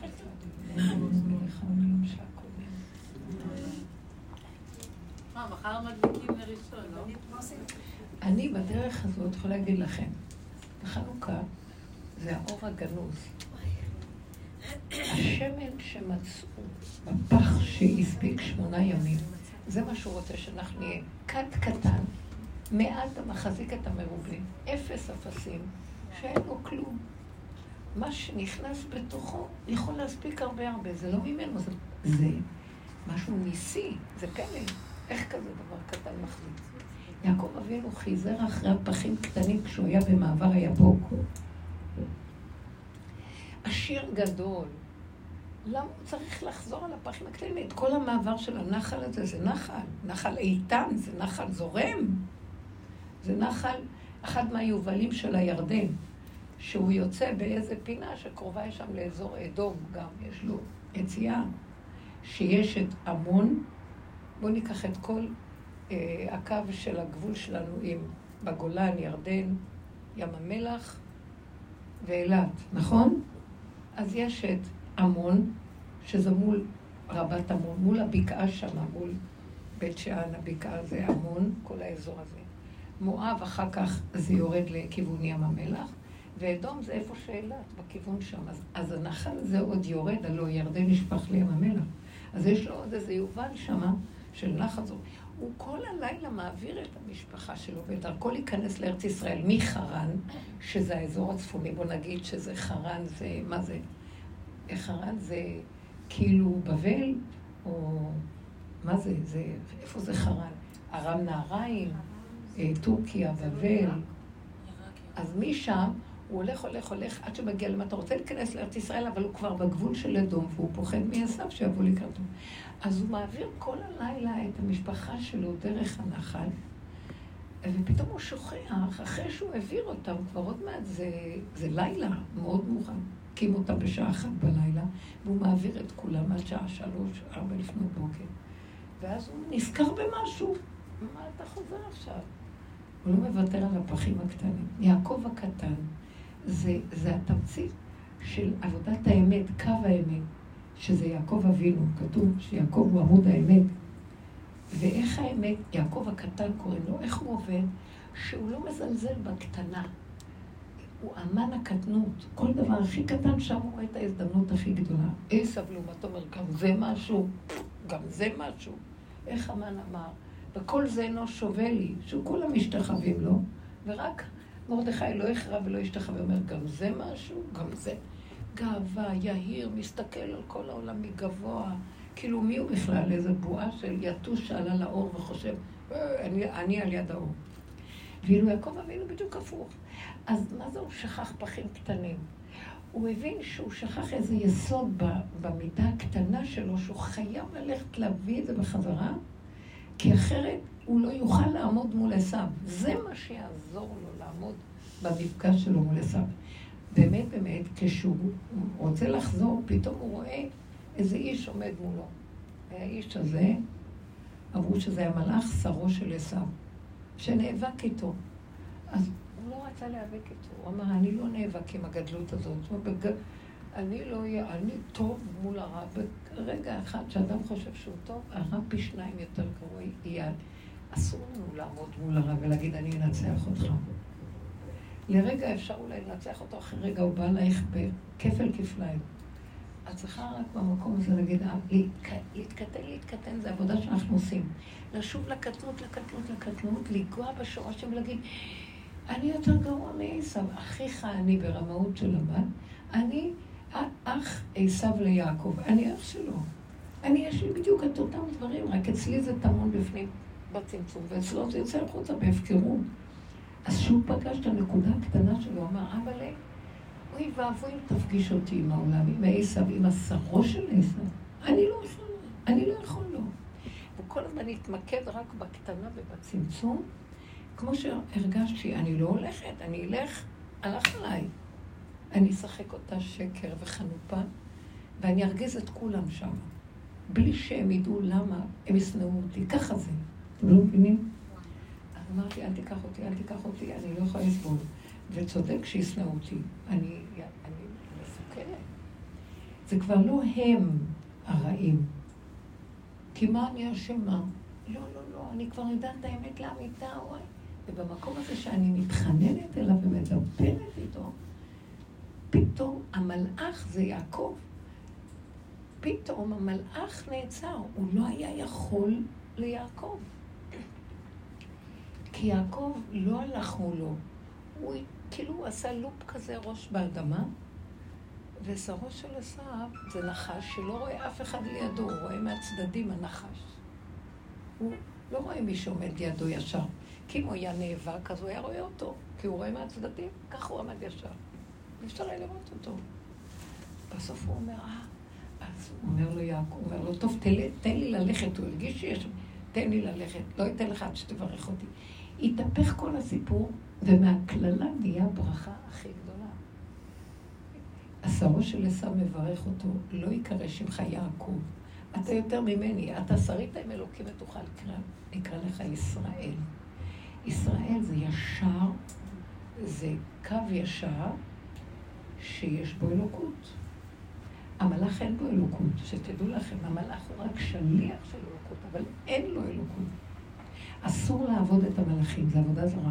מחר מדליקים לראשון, לא? אני בדרך הזאת יכולה להגיד לכם, בחנוכה זה האור הגנוז. השמן שמצאו בפח שהספיק 8 ימים, זה מה שהוא רוצה שאנחנו נהיה. קט קטן, מעט המחזיק את המרובים, 0 אפסים, שאין לו כלום. מה שנכנס בתוכו יכול להספיק הרבה, זה לא ממנו, זה משהו ניסי, זה פלא. איך כזה דבר קטן מחזיק? יעקב אבינו חיזר אחרי הפחים קטנים כשהוא היה במעבר היבוק. עשיר גדול. למה הוא צריך לחזור על הפחים הקטנים? את כל המעבר של הנחל הזה זה נחל איתן, זה נחל זורם. זה נחל, אחד מהיובלים של הירדן, שהוא יוצא באיזה פינה שקרובה שם לאזור אדום גם, יש לו יציאה, שיש את עמון. בואו ניקח את כל הקו של הגבול שלנו עם בגולן, ירדן, ים המלח ואילת, נכון? אז יש את עמון, שזה מול רבת עמון, מול הבקעה שם, מול בית שאן, הבקעה זה עמון, כל האזור הזה. מואב אחר כך זה יורד לכיוון ים המלח, ואדום זה איפה שאילת, בכיוון שם. אז הנחל הזה עוד יורד, הלא ירדן נשפך לים המלח. אז יש לו עוד איזה יובל שם, של נחל זו. הוא כל הלילה מעביר את המשפחה שלו, ודרכו להיכנס לארץ ישראל, מחרן, שזה האזור הצפוני, בוא נגיד שזה חרן, זה, מה זה? חרן זה כאילו בבל, או מה זה? זה, איפה זה חרן? ארם נהריים, טורקיה, בבל. אז משם הוא הולך, עד שמגיע למה אתה רוצה להיכנס לארץ ישראל, אבל הוא כבר בגבול של אדום, והוא פוחד מעשיו שיבוא לקראתו. אז הוא מעביר כל הלילה את המשפחה שלו דרך הנחל, ופתאום הוא שוכח, אחרי שהוא העביר אותם, כבר עוד מעט זה לילה מאוד מאוחר, הקים אותם בשעה 1 בלילה, והוא מעביר את כולם עד שעה 3-4 לפנות בוקר. ואז הוא נזכר במשהו. מה אתה חוזר עכשיו? הוא לא מוותר על הפחים הקטנים. יעקב הקטן, זה התמצית של עבודת האמת, קו האמת, שזה יעקב אבינו, כתוב שיעקב הוא עמוד האמת. ואיך האמת, יעקב הקטן קוראים לו, איך הוא עובד? שהוא לא מזלזל בקטנה. הוא אמן הקטנות. כל דבר הכי קטן שם הוא רואה את ההזדמנות הכי גדולה. עשיו לעומת אומר, גם זה משהו, גם זה משהו. איך המן אמר? וכל זה אינו שווה לי, שהוא כולם משתחווים לו, ורק מרדכי לא הכרע ולא השתחווה, אומר, גם זה משהו, גם זה. גאווה, יהיר, מסתכל על כל העולם מגבוה, כאילו מי הוא בכלל? איזו בועה של יתוש שעלה לאור וחושב, אני על יד האור. ואילו יעקב אבינו בדיוק הפוך. אז מה זה הוא שכח פחים קטנים? הוא הבין שהוא שכח איזה יסוד במידה הקטנה שלו, שהוא חייב ללכת להביא את זה בחזרה, כי אחרת הוא לא יוכל לעמוד מול עשיו. זה מה שיעזור לו לעמוד במפגש שלו מול עשיו. באמת, כשהוא רוצה לחזור, פתאום הוא רואה איזה איש עומד מולו. והאיש הזה, אמרו שזה היה מלאך שרו של עשיו, שנאבק איתו. אז הוא לא רצה להיאבק איתו. הוא אמר, אני לא נאבק עם הגדלות הזאת. אני טוב מול הרע. ברגע אחד שאדם חושב שהוא טוב, הרע פי 2 יותר גרוע יהיה. אסור לנו לעמוד מול הרע ולהגיד, אני אנצח אותך. לרגע אפשר אולי לנצח אותו, אחרי רגע הוא בא עלייך בכפל כפליים. את צריכה רק במקום הזה להגיד, להתקטן, זה עבודה שאנחנו עושים. לשוב לקטנות, לגוע בשורשים ולהגיד, אני יותר גרוע מעשיו, אחיך אני ברמאות של הבת, אני אח עשיו ליעקב, אני אח שלו. יש לי בדיוק את אותם דברים, רק אצלי זה טמון בפנים בצמצום, ואצלו זה יוצא החוצה בהפקרות. אז שהוא פגש את הנקודה הקטנה שלו, אמר, אבאלה, אוי ואבוי אם תפגיש אותי עם העולם, עם עשיו, עם השרו של עשיו. אני לא יכול לו. וכל הזמן התמקד רק בקטנה ובצמצום, כמו שהרגשתי, אני לא הולכת, אני הלך עליי. אני אשחק אותה שקר וחנופה, ואני ארגיז את כולם שם. בלי שהם ידעו למה הם ישנאו אותי. ככה זה. אתם לא מבינים? אז אמרתי, אל תיקח אותי, אני לא יכולה לסבול. וצודק שישנאו אותי. אני מסוכנת. זה כבר לא הם הרעים. כי מה אני אשמה? לא, אני כבר יודעת את האמת לאמיתה, וואי. ובמקום הזה שאני מתחננת אליו ומדברת איתו, פתאום המלאך זה יעקב. פתאום המלאך נעצר, הוא לא היה יכול ליעקב. כי יעקב לא הלך מולו, הוא כאילו עשה לופ כזה ראש באדמה, ושרו של עשיו זה נחש שלא רואה אף אחד לידו, הוא רואה מהצדדים הנחש. הוא לא רואה מי שעומד לידו ישר. כי אם הוא היה נאבק, אז הוא היה רואה אותו, כי הוא רואה מהצדדים, כך הוא עמד ישר. אפשר היה לראות אותו. בסוף הוא אומר, אז הוא אומר לו יעקב, הוא אומר לו, טוב, תן לי ללכת, הוא הרגיש שיש, תן לי ללכת, לא אתן לך עד שתברך אותי. התהפך כל הסיפור, ומהכללה נהיה ברכה הכי גדולה. השרו של עשיו מברך אותו, לא יקרא שמך יעקב, אתה יותר ממני, אתה שרית עם אלוקים ותוכל לקרוא לך ישראל. ישראל זה ישר, זה קו ישר שיש בו אלוקות. המלאך אין בו אלוקות, שתדעו לכם, המלאך הוא רק שליח של אלוקות, אבל אין לו אלוקות. אסור לעבוד את המלאכים, זה עבודה זרה.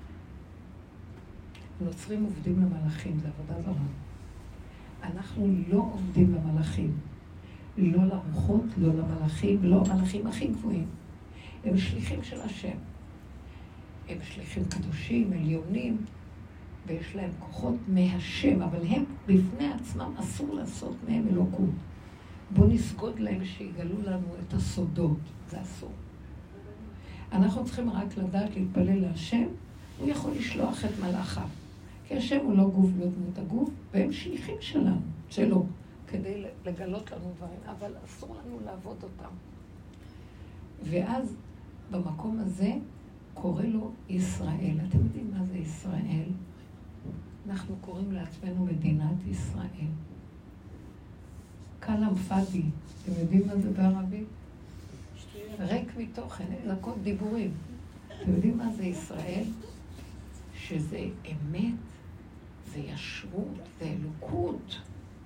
נוצרים עובדים למלאכים, זה עבודה זרה. אנחנו לא עובדים למלאכים. לא לרוחות, לא למלאכים, לא המלאכים הכי גבוהים. הם שליחים של השם. הם שליחים קדושים, עליונים, ויש להם כוחות מהשם, אבל הם בפני עצמם אסור לעשות מהם אלוקות. בואו נסגוד להם שיגלו לנו את הסודות, זה אסור. אנחנו צריכים רק לדעת להתפלל להשם, הוא יכול לשלוח את מלאכיו. כי השם הוא לא גוף, לא דמות הגוף, והם שליחים שלו, כדי לגלות לנו דברים, אבל אסור לנו לעבוד אותם. ואז במקום הזה קורא לו ישראל. אתם יודעים מה זה ישראל? אנחנו קוראים לעצמנו מדינת ישראל. קלאם פאדי, אתם יודעים מה זה בערבית? ריק מתוכן, זה הכל דיבורים. אתם יודעים מה זה ישראל? שזה אמת, זה ישרות, זה אלוקות.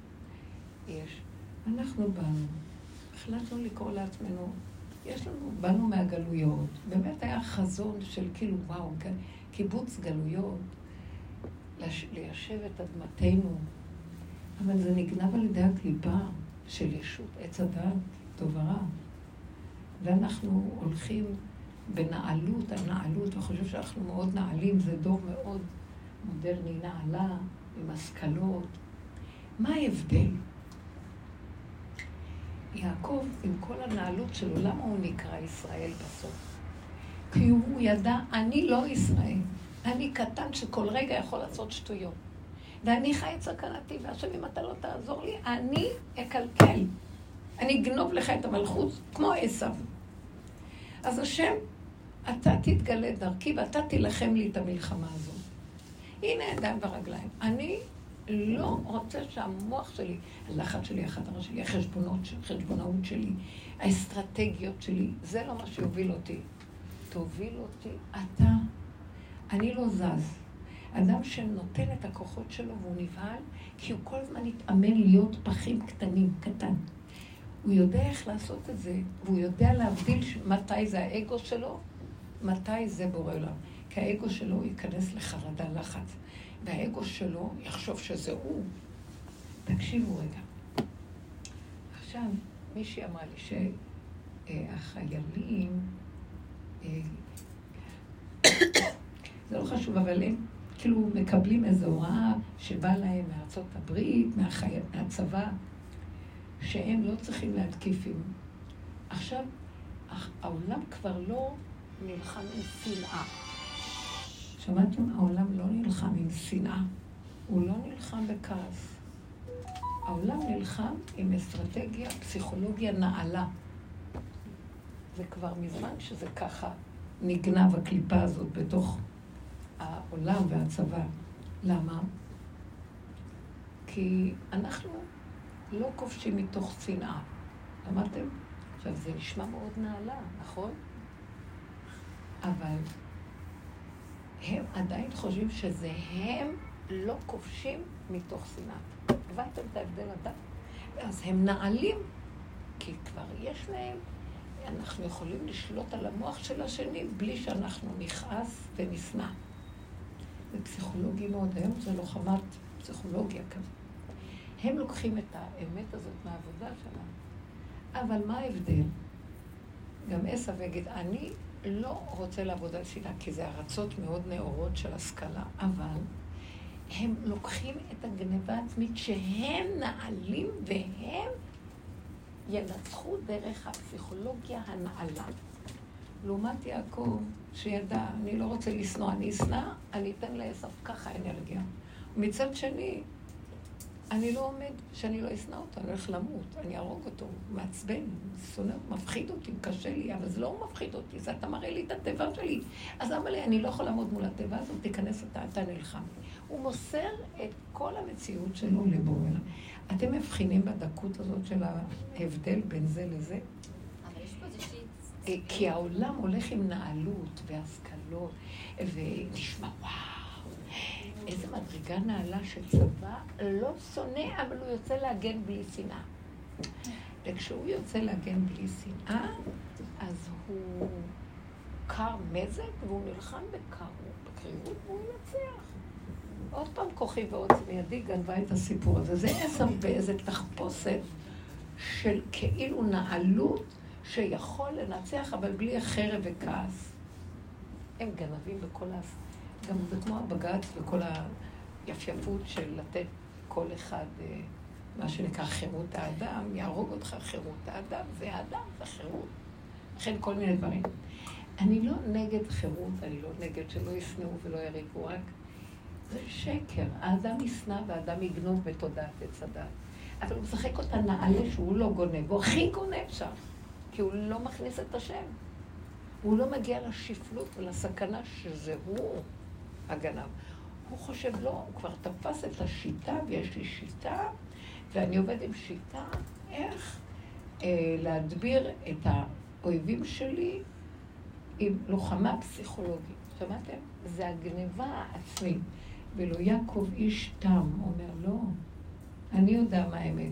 אנחנו באנו, החלטנו לקרוא לעצמנו, באנו מהגלויות, באמת היה חזון של כאילו וואו, קיבוץ גלויות, ליישב את אדמתנו, אבל זה נגנב על ידי הקליפה של ישות עץ הדעת, טוב ורע. ואנחנו הולכים בנעלות, הנעלות, וחושב שאנחנו מאוד נעלים, זה דור מאוד מודרני, נעלה, עם השכלות. מה ההבדל? יעקב, עם כל הנעלות שלו, למה הוא נקרא ישראל בסוף? כי הוא ידע, אני לא ישראל. אני קטן שכל רגע יכול לעשות שטויות. ואני חי את סכנתי, והשם אם אתה לא תעזור לי, אני אקלקל. אני אגנוב לך את המלכות, כמו עשיו. אז השם, אתה תתגלה דרכי ואתה תילחם לי את המלחמה הזאת. הנה הידיים והרגליים. אני לא רוצה שהמוח שלי, הלחץ שלי, החדרה שלי, החשבונאות שלי, האסטרטגיות שלי, זה לא מה שיוביל אותי. תוביל אותי אתה. אני לא זז. אדם שנותן את הכוחות שלו והוא נבהל, כי הוא כל הזמן התאמן להיות פחים קטנים, קטן. הוא יודע איך לעשות את זה, והוא יודע להבדיל מתי זה האגו שלו, מתי זה בורא עולם. כי האגו שלו ייכנס לחרדה, לחץ, והאגו שלו יחשוב שזה הוא. תקשיבו רגע. עכשיו, מישהי אמרה לי שהחיילים, זה לא חשוב, אבל הם כאילו מקבלים איזו הוראה שבא להם מארצות הברית, מהצבא, שהם לא צריכים להתקיפים. עכשיו, העולם כבר לא נלחם עם שנאה. שמעתם? העולם לא נלחם עם שנאה. הוא לא נלחם בכעס. העולם נלחם עם אסטרטגיה, פסיכולוגיה נעלה. זה כבר מזמן שזה ככה נגנב הקליפה הזאת בתוך העולם והצבא. למה? כי אנחנו לא כובשים מתוך שנאה. אמרתם? עכשיו, זה נשמע מאוד נעלה, נכון? אבל הם עדיין חושבים שזה הם לא כובשים מתוך שנאה. הבנתם את ההבדל הדק? אז הם נעלים, כי כבר יש להם, אנחנו יכולים לשלוט על המוח של השני בלי שאנחנו נכעס ונשנא. זה פסיכולוגי מאוד, היום זה לוחמת פסיכולוגיה כזה. הם לוקחים את האמת הזאת מהעבודה שלהם. אבל מה ההבדל? גם עשיו יגיד, אני לא רוצה לעבוד על שנאה, כי זה ארצות מאוד נאורות של השכלה, אבל הם לוקחים את הגניבה העצמית שהם נעלים והם ינצחו דרך הפסיכולוגיה הנעלה. לעומת יעקב שידע, אני לא רוצה לשנוא, אני אשנא, אני אתן לעשיו ככה אנרגיה. מצד שני, אני לא עומד שאני לא אשנא אותו, אני הולך למות, אני ארוג אותו, מעצבן, שונא, מפחיד אותי, קשה לי, אבל זה לא מפחיד אותי, זה אתה מראה לי את הטבע שלי. אז למה לי, אני לא יכול לעמוד מול הטבע הזאת, תיכנס אתה נלחם. הוא מוסר את כל המציאות שלו לבורא. אתם מבחינים בדקות הזאת של ההבדל בין זה לזה? אבל יש פה איזושהי... כי העולם הולך עם נעלות והשכלות, ונשמע וואו. איזה מדרגה נעלה שצבא לא שונא, אבל הוא יוצא להגן בלי שנאה. וכשהוא יוצא להגן בלי שנאה, אז הוא קר מזג והוא נלחם בקרירות והוא ינצח. עוד פעם כוחי ועוצמי ידי גנבה את הסיפור הזה. זה עשיו באיזה תחפושת של כאילו נעלות שיכול לנצח, אבל בלי חרב וכעס. הם גנבים בכל גם זה כמו הבג"ץ וכל היפייפות של לתת כל אחד, מה שנקרא חירות האדם, יהרוג אותך חירות האדם, זה האדם, זה חירות. לכן כל מיני דברים. אני לא נגד חירות, אני לא נגד שלא ישנאו ולא יריבו, רק זה שקר. האדם ישנא והאדם יגנוב בתודעת עץ הדת. אבל הוא משחק אותה נעלה שהוא לא גונב, הוא הכי גונב שם, כי הוא לא מכניס את השם. הוא לא מגיע לשפלות ולסכנה שזה הוא הגנב. הוא חושב לא, הוא כבר תפס את השיטה ויש לי שיטה, ואני עובד עם שיטה איך להדביר את האויבים שלי עם לוחמה פסיכולוגית. שמעתם? זה הגניבה העצמית. ולא יעקב איש תם, אומר לא, אני יודע מה האמת.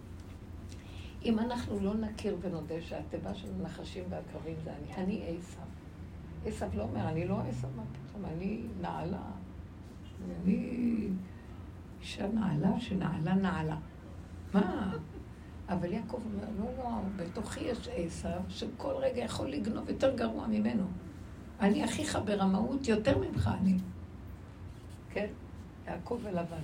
אם אנחנו לא נכיר ונודה שהטבע של הנחשים והקרבים זה אני עשיו. עשיו לא אומר, אני לא עשיו, מה פתאום, אני נעלה. אני אישה נעלה שנעלה נעלה. מה? אבל יעקב אומר, לא, בתוכי יש עשיו שכל רגע יכול לגנוב יותר גרוע ממנו. אני אחיך ברמאות יותר ממך אני. כן? יעקב ולבן.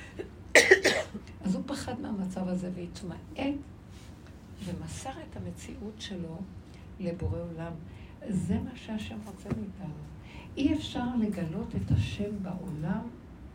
אז הוא פחד מהמצב הזה והתמעט ומסר את המציאות שלו לבורא עולם. זה מה שהשם רוצה מאיתנו. אי אפשר לגלות את השם בעולם.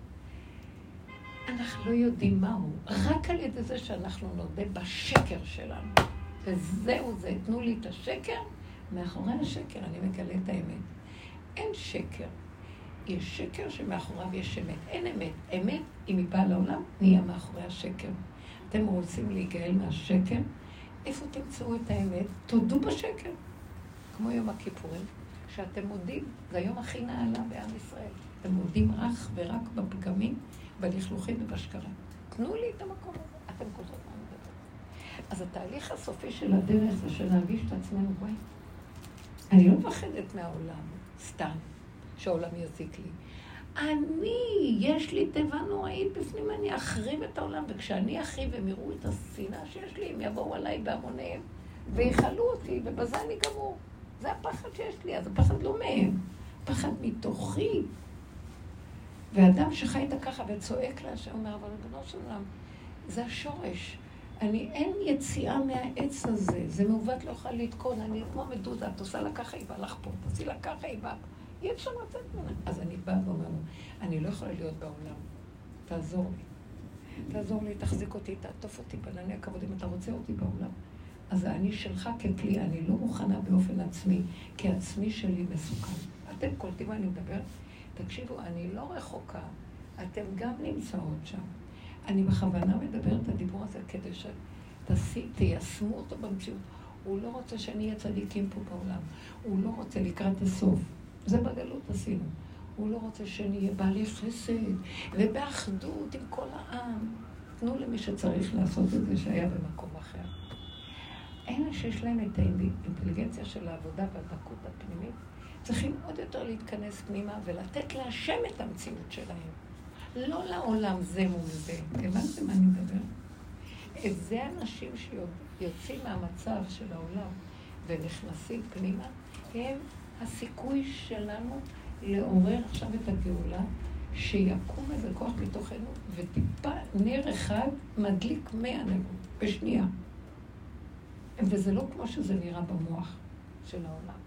אנחנו לא יודעים מהו. רק על ידי זה שאנחנו נודה בשקר שלנו. וזהו זה. תנו לי את השקר. מאחורי השקר אני מגלה את האמת. אין שקר. יש שקר שמאחוריו יש אמת. אין אמת. אמת, אם היא באה לעולם, נהיה מאחורי השקר. אתם רוצים להיגאל מהשקר? איפה תמצאו את האמת? תודו בשקר. כמו יום הכיפורים, שאתם מודים, זה היום הכי נעלה בעם ישראל. אתם מודים אך ורק בפגמים, בלכלוכים ובשקרים. תנו לי את המקום הזה. אתם כל זאת מה מדבר. אז התהליך הסופי של הדרך זה שנרגיש את עצמנו, וואי, אני לא מפחדת מהעולם, סתם, שהעולם יזיק לי. יש לי טבע נוראית בפנים, אני אחריב את העולם, וכשאני אחריב הם יראו את השנאה שיש לי, הם יבואו עליי בהמוניהם, ויחלו אותי, ובזה אני גמור. זה הפחד שיש לי, אז הפחד לא מהם, פחד מתוכי. ואדם שחי איתה ככה וצועק לה, שאומר, אבל ריבונו של עולם, זה השורש. אין יציאה מהעץ הזה, זה מעוות לא יכול לתקון, אני כמו מדודה, את עושה לה ככה, היא באה לך פה, תעשי לה ככה, היא באה. אי אפשר לצאת ממנה. אז אני באה ואומר, אני לא יכולה להיות בעולם, תעזור לי. תעזור לי, תחזיק אותי, תעטוף אותי בענני הכבוד, אם אתה רוצה אותי בעולם. אז אני שלך ככלי, אני לא מוכנה באופן עצמי, כי עצמי שלי מסוכן. אתם קולטים מה אני מדבר? תקשיבו, אני לא רחוקה, אתם גם נמצאות שם. אני בכוונה מדברת את הדיבור הזה כדי תיישמו אותו במציאות. הוא לא רוצה שנהיה צדיקים פה בעולם. הוא לא רוצה לקראת הסוף. זה בגלות עשינו. הוא לא רוצה שנהיה בעלי חסד ובאחדות עם כל העם. תנו למי שצריך לעשות את זה שהיה במקום אחר. אלה שיש להם את האינטליגנציה של העבודה והדקות הפנימית, צריכים עוד יותר להתכנס פנימה ולתת להשם את המציאות שלהם. לא לעולם זה מול זה. הבנתם מה אני מדבר? את זה אנשים שיוצאים מהמצב של העולם ונכנסים פנימה, הם הסיכוי שלנו לעורר עכשיו את הגאולה, שיקום איזה כוח מתוכנו, וטיפה נר אחד מדליק 100 נרות בשנייה. וזה לא כמו שזה נראה במוח של העולם.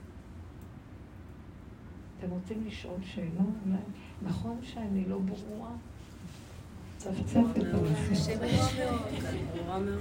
אתם רוצים לשאול שאלה? אולי נכון שאני לא ברורה? צפצפת במחיר. ברורה מאוד.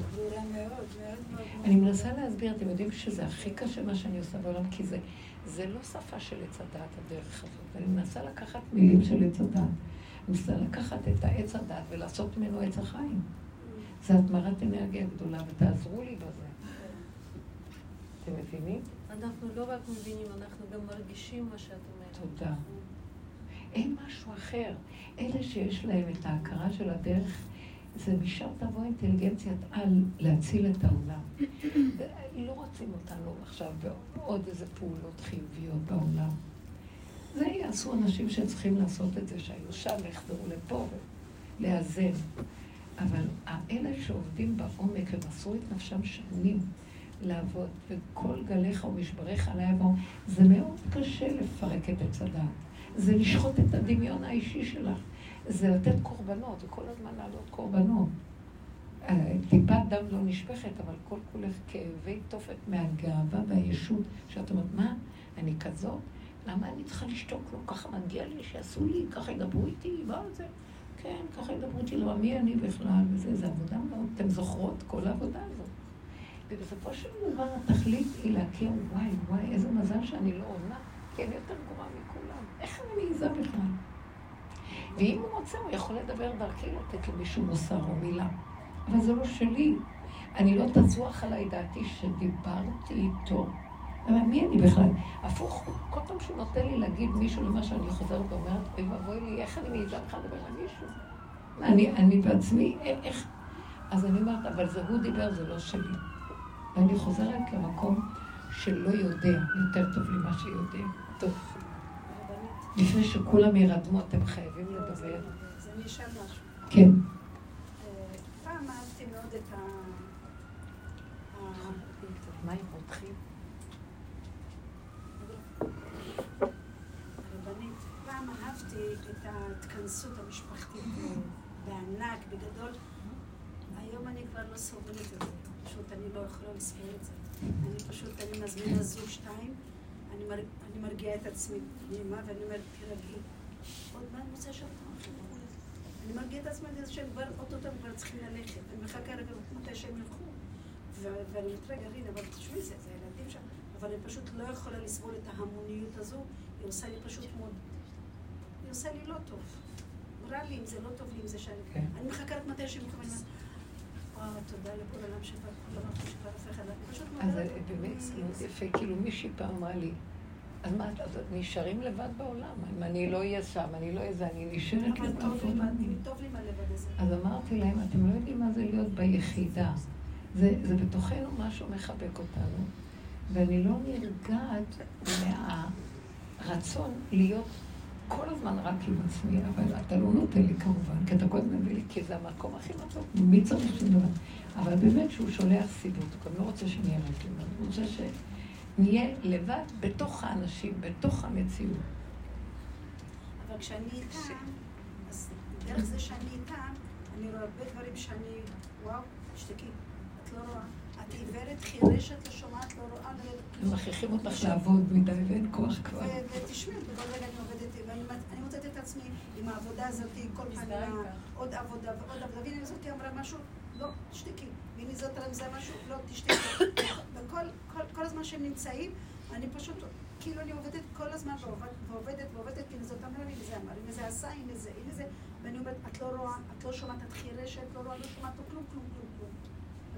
אני מנסה להסביר, אתם יודעים שזה הכי קשה מה שאני עושה בעולם, כי זה לא שפה של עץ הדעת הדרך הזאת. אני מנסה לקחת מילים של עץ הדעת. אני מנסה לקחת את העץ הדעת ולעשות ממנו עץ החיים. זה התמרת אנרגיה גדולה, ותעזרו לי בזה. אתם מבינים? אנחנו לא רק מבינים, אנחנו גם מרגישים מה שאת אומרת. תודה. אין משהו אחר. אלה שיש להם את ההכרה של הדרך, זה משם תבוא אינטליגנציית על להציל את העולם. לא רוצים אותנו עכשיו בעוד איזה פעולות חיוביות בעולם. זה יעשו אנשים שצריכים לעשות את זה, שהיו שם, יחזרו לפה ולאזן. אבל האלה שעובדים בעומק ומסרו את נפשם שנים לעבוד, וכל גליך ומשבריך עליי עבור, זה מאוד קשה לפרק את עץ הדעת. זה לשחוט את הדמיון האישי שלך. זה לתת קורבנות, וכל הזמן לעלות קורבנות. טיפת דם לא נשפכת, אבל כל כולך כאבי תופת מהגאווה והישות, שאת אומרת, מה? אני כזאת? למה אני צריכה לשתוק לו? ככה מגיע לי שיעשו לי, ככה ידברו איתי, מה זה? כן, ככה ידברו איתי, לא, מי אני בכלל? וזה, זה עבודה מאוד, אתם זוכרות כל העבודה הזאת. ובסופו של דבר התכלית היא להכיר, וואי, איזה מזל שאני לא עונה, כי אני יותר גרועה מכולם. איך אני מעיזה בכלל? ואם הוא רוצה, הוא יכול לדבר דרכי, לתת למישהו מוסר או מילה. אבל זה לא שלי. אני לא תצוח עליי דעתי שדיברתי איתו. אבל מי אני בכלל? הפוך, כל פעם שהוא נותן לי להגיד מישהו למה שאני חוזרת ואומרת, ובואי לי, איך אני מעיזה בכלל לדבר על מישהו? אני בעצמי, איך? אז אני אומרת, אבל זה הוא דיבר, זה לא שלי. ואני חוזרת למקום שלא יודע, יותר טוב לי מה שיודע. טוב. לפני שכולם ירדמו, אתם חייבים לדבר. זה נשאר משהו. כן. פעם אהבתי מאוד את מה הם פותחים? הרבנית, פעם אהבתי את ההתכנסות המשפחתית בענק, בגדול. היום אני כבר לא סובלת את זה. פשוט אני לא יכולה לסבול את זה. אני מזמינה זוג 2, אני מרגיעה את עצמי פנימה, ואני אומרת, תרגעי, עוד מה אני רוצה שאתה? אני מרגיעה את עצמי שהם כבר, אותו כבר צריכים ללכת. אני מחכה רגע מתי שהם ילכו. ואני מתרגע, הנה, אבל תשמעי, זה ילדים שם. אבל אני פשוט לא יכולה לסבול את ההמוניות הזו, היא עושה לי פשוט מאוד, היא עושה לי לא טוב. רע לי אם זה לא טוב לי אם זה שאני... אני מחכה רק מתי שהם ילכו, ואני אומרת, תודה לכל עולם שפע, כל עולם שפע לפך עליי. פשוט מאוד... אז באמת, מאוד יפה, כאילו מישהי פעם אמרה לי, אז מה, אז נשארים לבד בעולם, אם אני לא אהיה שם, אני לא אהיה זה, אני נשארת לבד. אבל טוב לי מה לבד הזה. אז אמרתי להם, אתם לא יודעים מה זה להיות ביחידה. זה בתוכנו משהו מחבק אותנו, ואני לא נרגעת מהרצון להיות כל הזמן רק עם עצמי, אבל אתה לא נותן לי כמובן, כי אתה קודם מביא לי, כי זה המקום הכי מצוק, מי צריך שום דבר. אבל באמת שהוא שולח סיבות, הוא גם לא רוצה שנהיה רק לבד, הוא רוצה שנהיה לבד בתוך האנשים, בתוך המציאות. אבל כשאני איתה, אז דרך זה שאני איתה, אני רואה הרבה דברים שאני, וואו, שתקי, את לא רואה. את עיוורת, חירשת, לא שומעת, לא רואה. הם מכריחים אותך לעבוד מדי ואין כוח כבר. ותשמעי, בכל רגע אני עובדת, ואני מוצאת את עצמי עם העבודה הזאת, כל פעם עוד עבודה ועוד עבודה. והנה זאתי אמרה משהו, לא, תשתקי. והנה זאת רמזה משהו, לא, תשתקי. וכל הזמן שהם נמצאים, אני פשוט, כאילו אני עובדת כל הזמן ועובדת, כי זאת אמרה לי, זה אמר, הנה זה עשה, הנה זה, ואני אומרת, את לא רואה, את לא שומעת, את חירשת, לא רואה, לא שומעת, כלום. את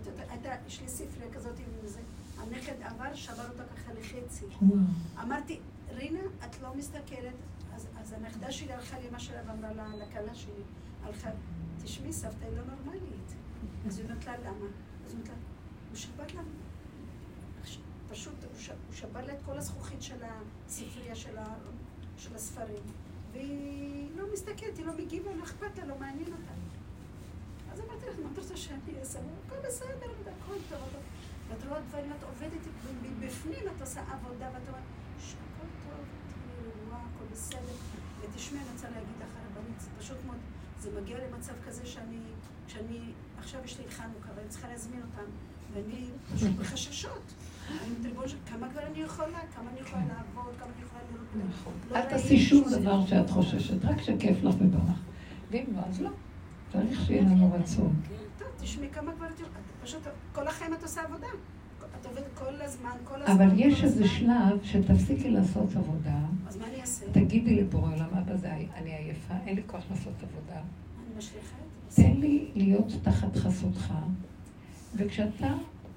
יש לי ספריה כזאת עם זה. הנכד עבר, שבר אותה ככה לחצי. אמרתי, רינה, את לא מסתכלת. אז הנכדה שלי הלכה לאמא שלה ואמרה לה, לקלה שלי, הלכה, תשמעי, סבתא היא לא נורמלית. אז היא אומרת לה, למה? אז היא אומרת לה, הוא שבר לה. פשוט, הוא שבר לה את כל הזכוכית של הספריה של הספרים. והיא לא מסתכלת, היא לא מגיבה, לא אכפת לה, לא מעניין אותה. אז אמרתי לך, מה אתה רוצה שאני אעשה? הכל בסדר, הכל טוב. ואת רואה דברים, את עובדת בפנים, את עושה עבודה, ואת אומרת, שהכל טוב, תראי, הכל בסדר. ותשמעי, אני רוצה להגיד לך, הרבנית, זה פשוט מאוד, זה מגיע למצב כזה שאני, עכשיו יש לי חנוכה, ואני צריכה להזמין אותם, ואני פשוט בחששות. כמה כבר אני יכולה, כמה אני יכולה לעבוד, כמה אני יכולה לראות. נכון. אל תעשי שום דבר שאת חוששת, רק שכיף לך וברך. ואם לא, אז לא. צריך שיהיה לנו רצון. טוב, תשמעי כמה כבר, פשוט כל החיים את עושה עבודה. את עובדת כל הזמן, אבל יש איזה שלב שתפסיקי לעשות עבודה. אז מה אני אעשה? תגידי לבורא עולם, אבא זה אני עייפה, אין לי כוח לעשות עבודה. אני משליחה את תן לי להיות תחת חסותך, וכשאתה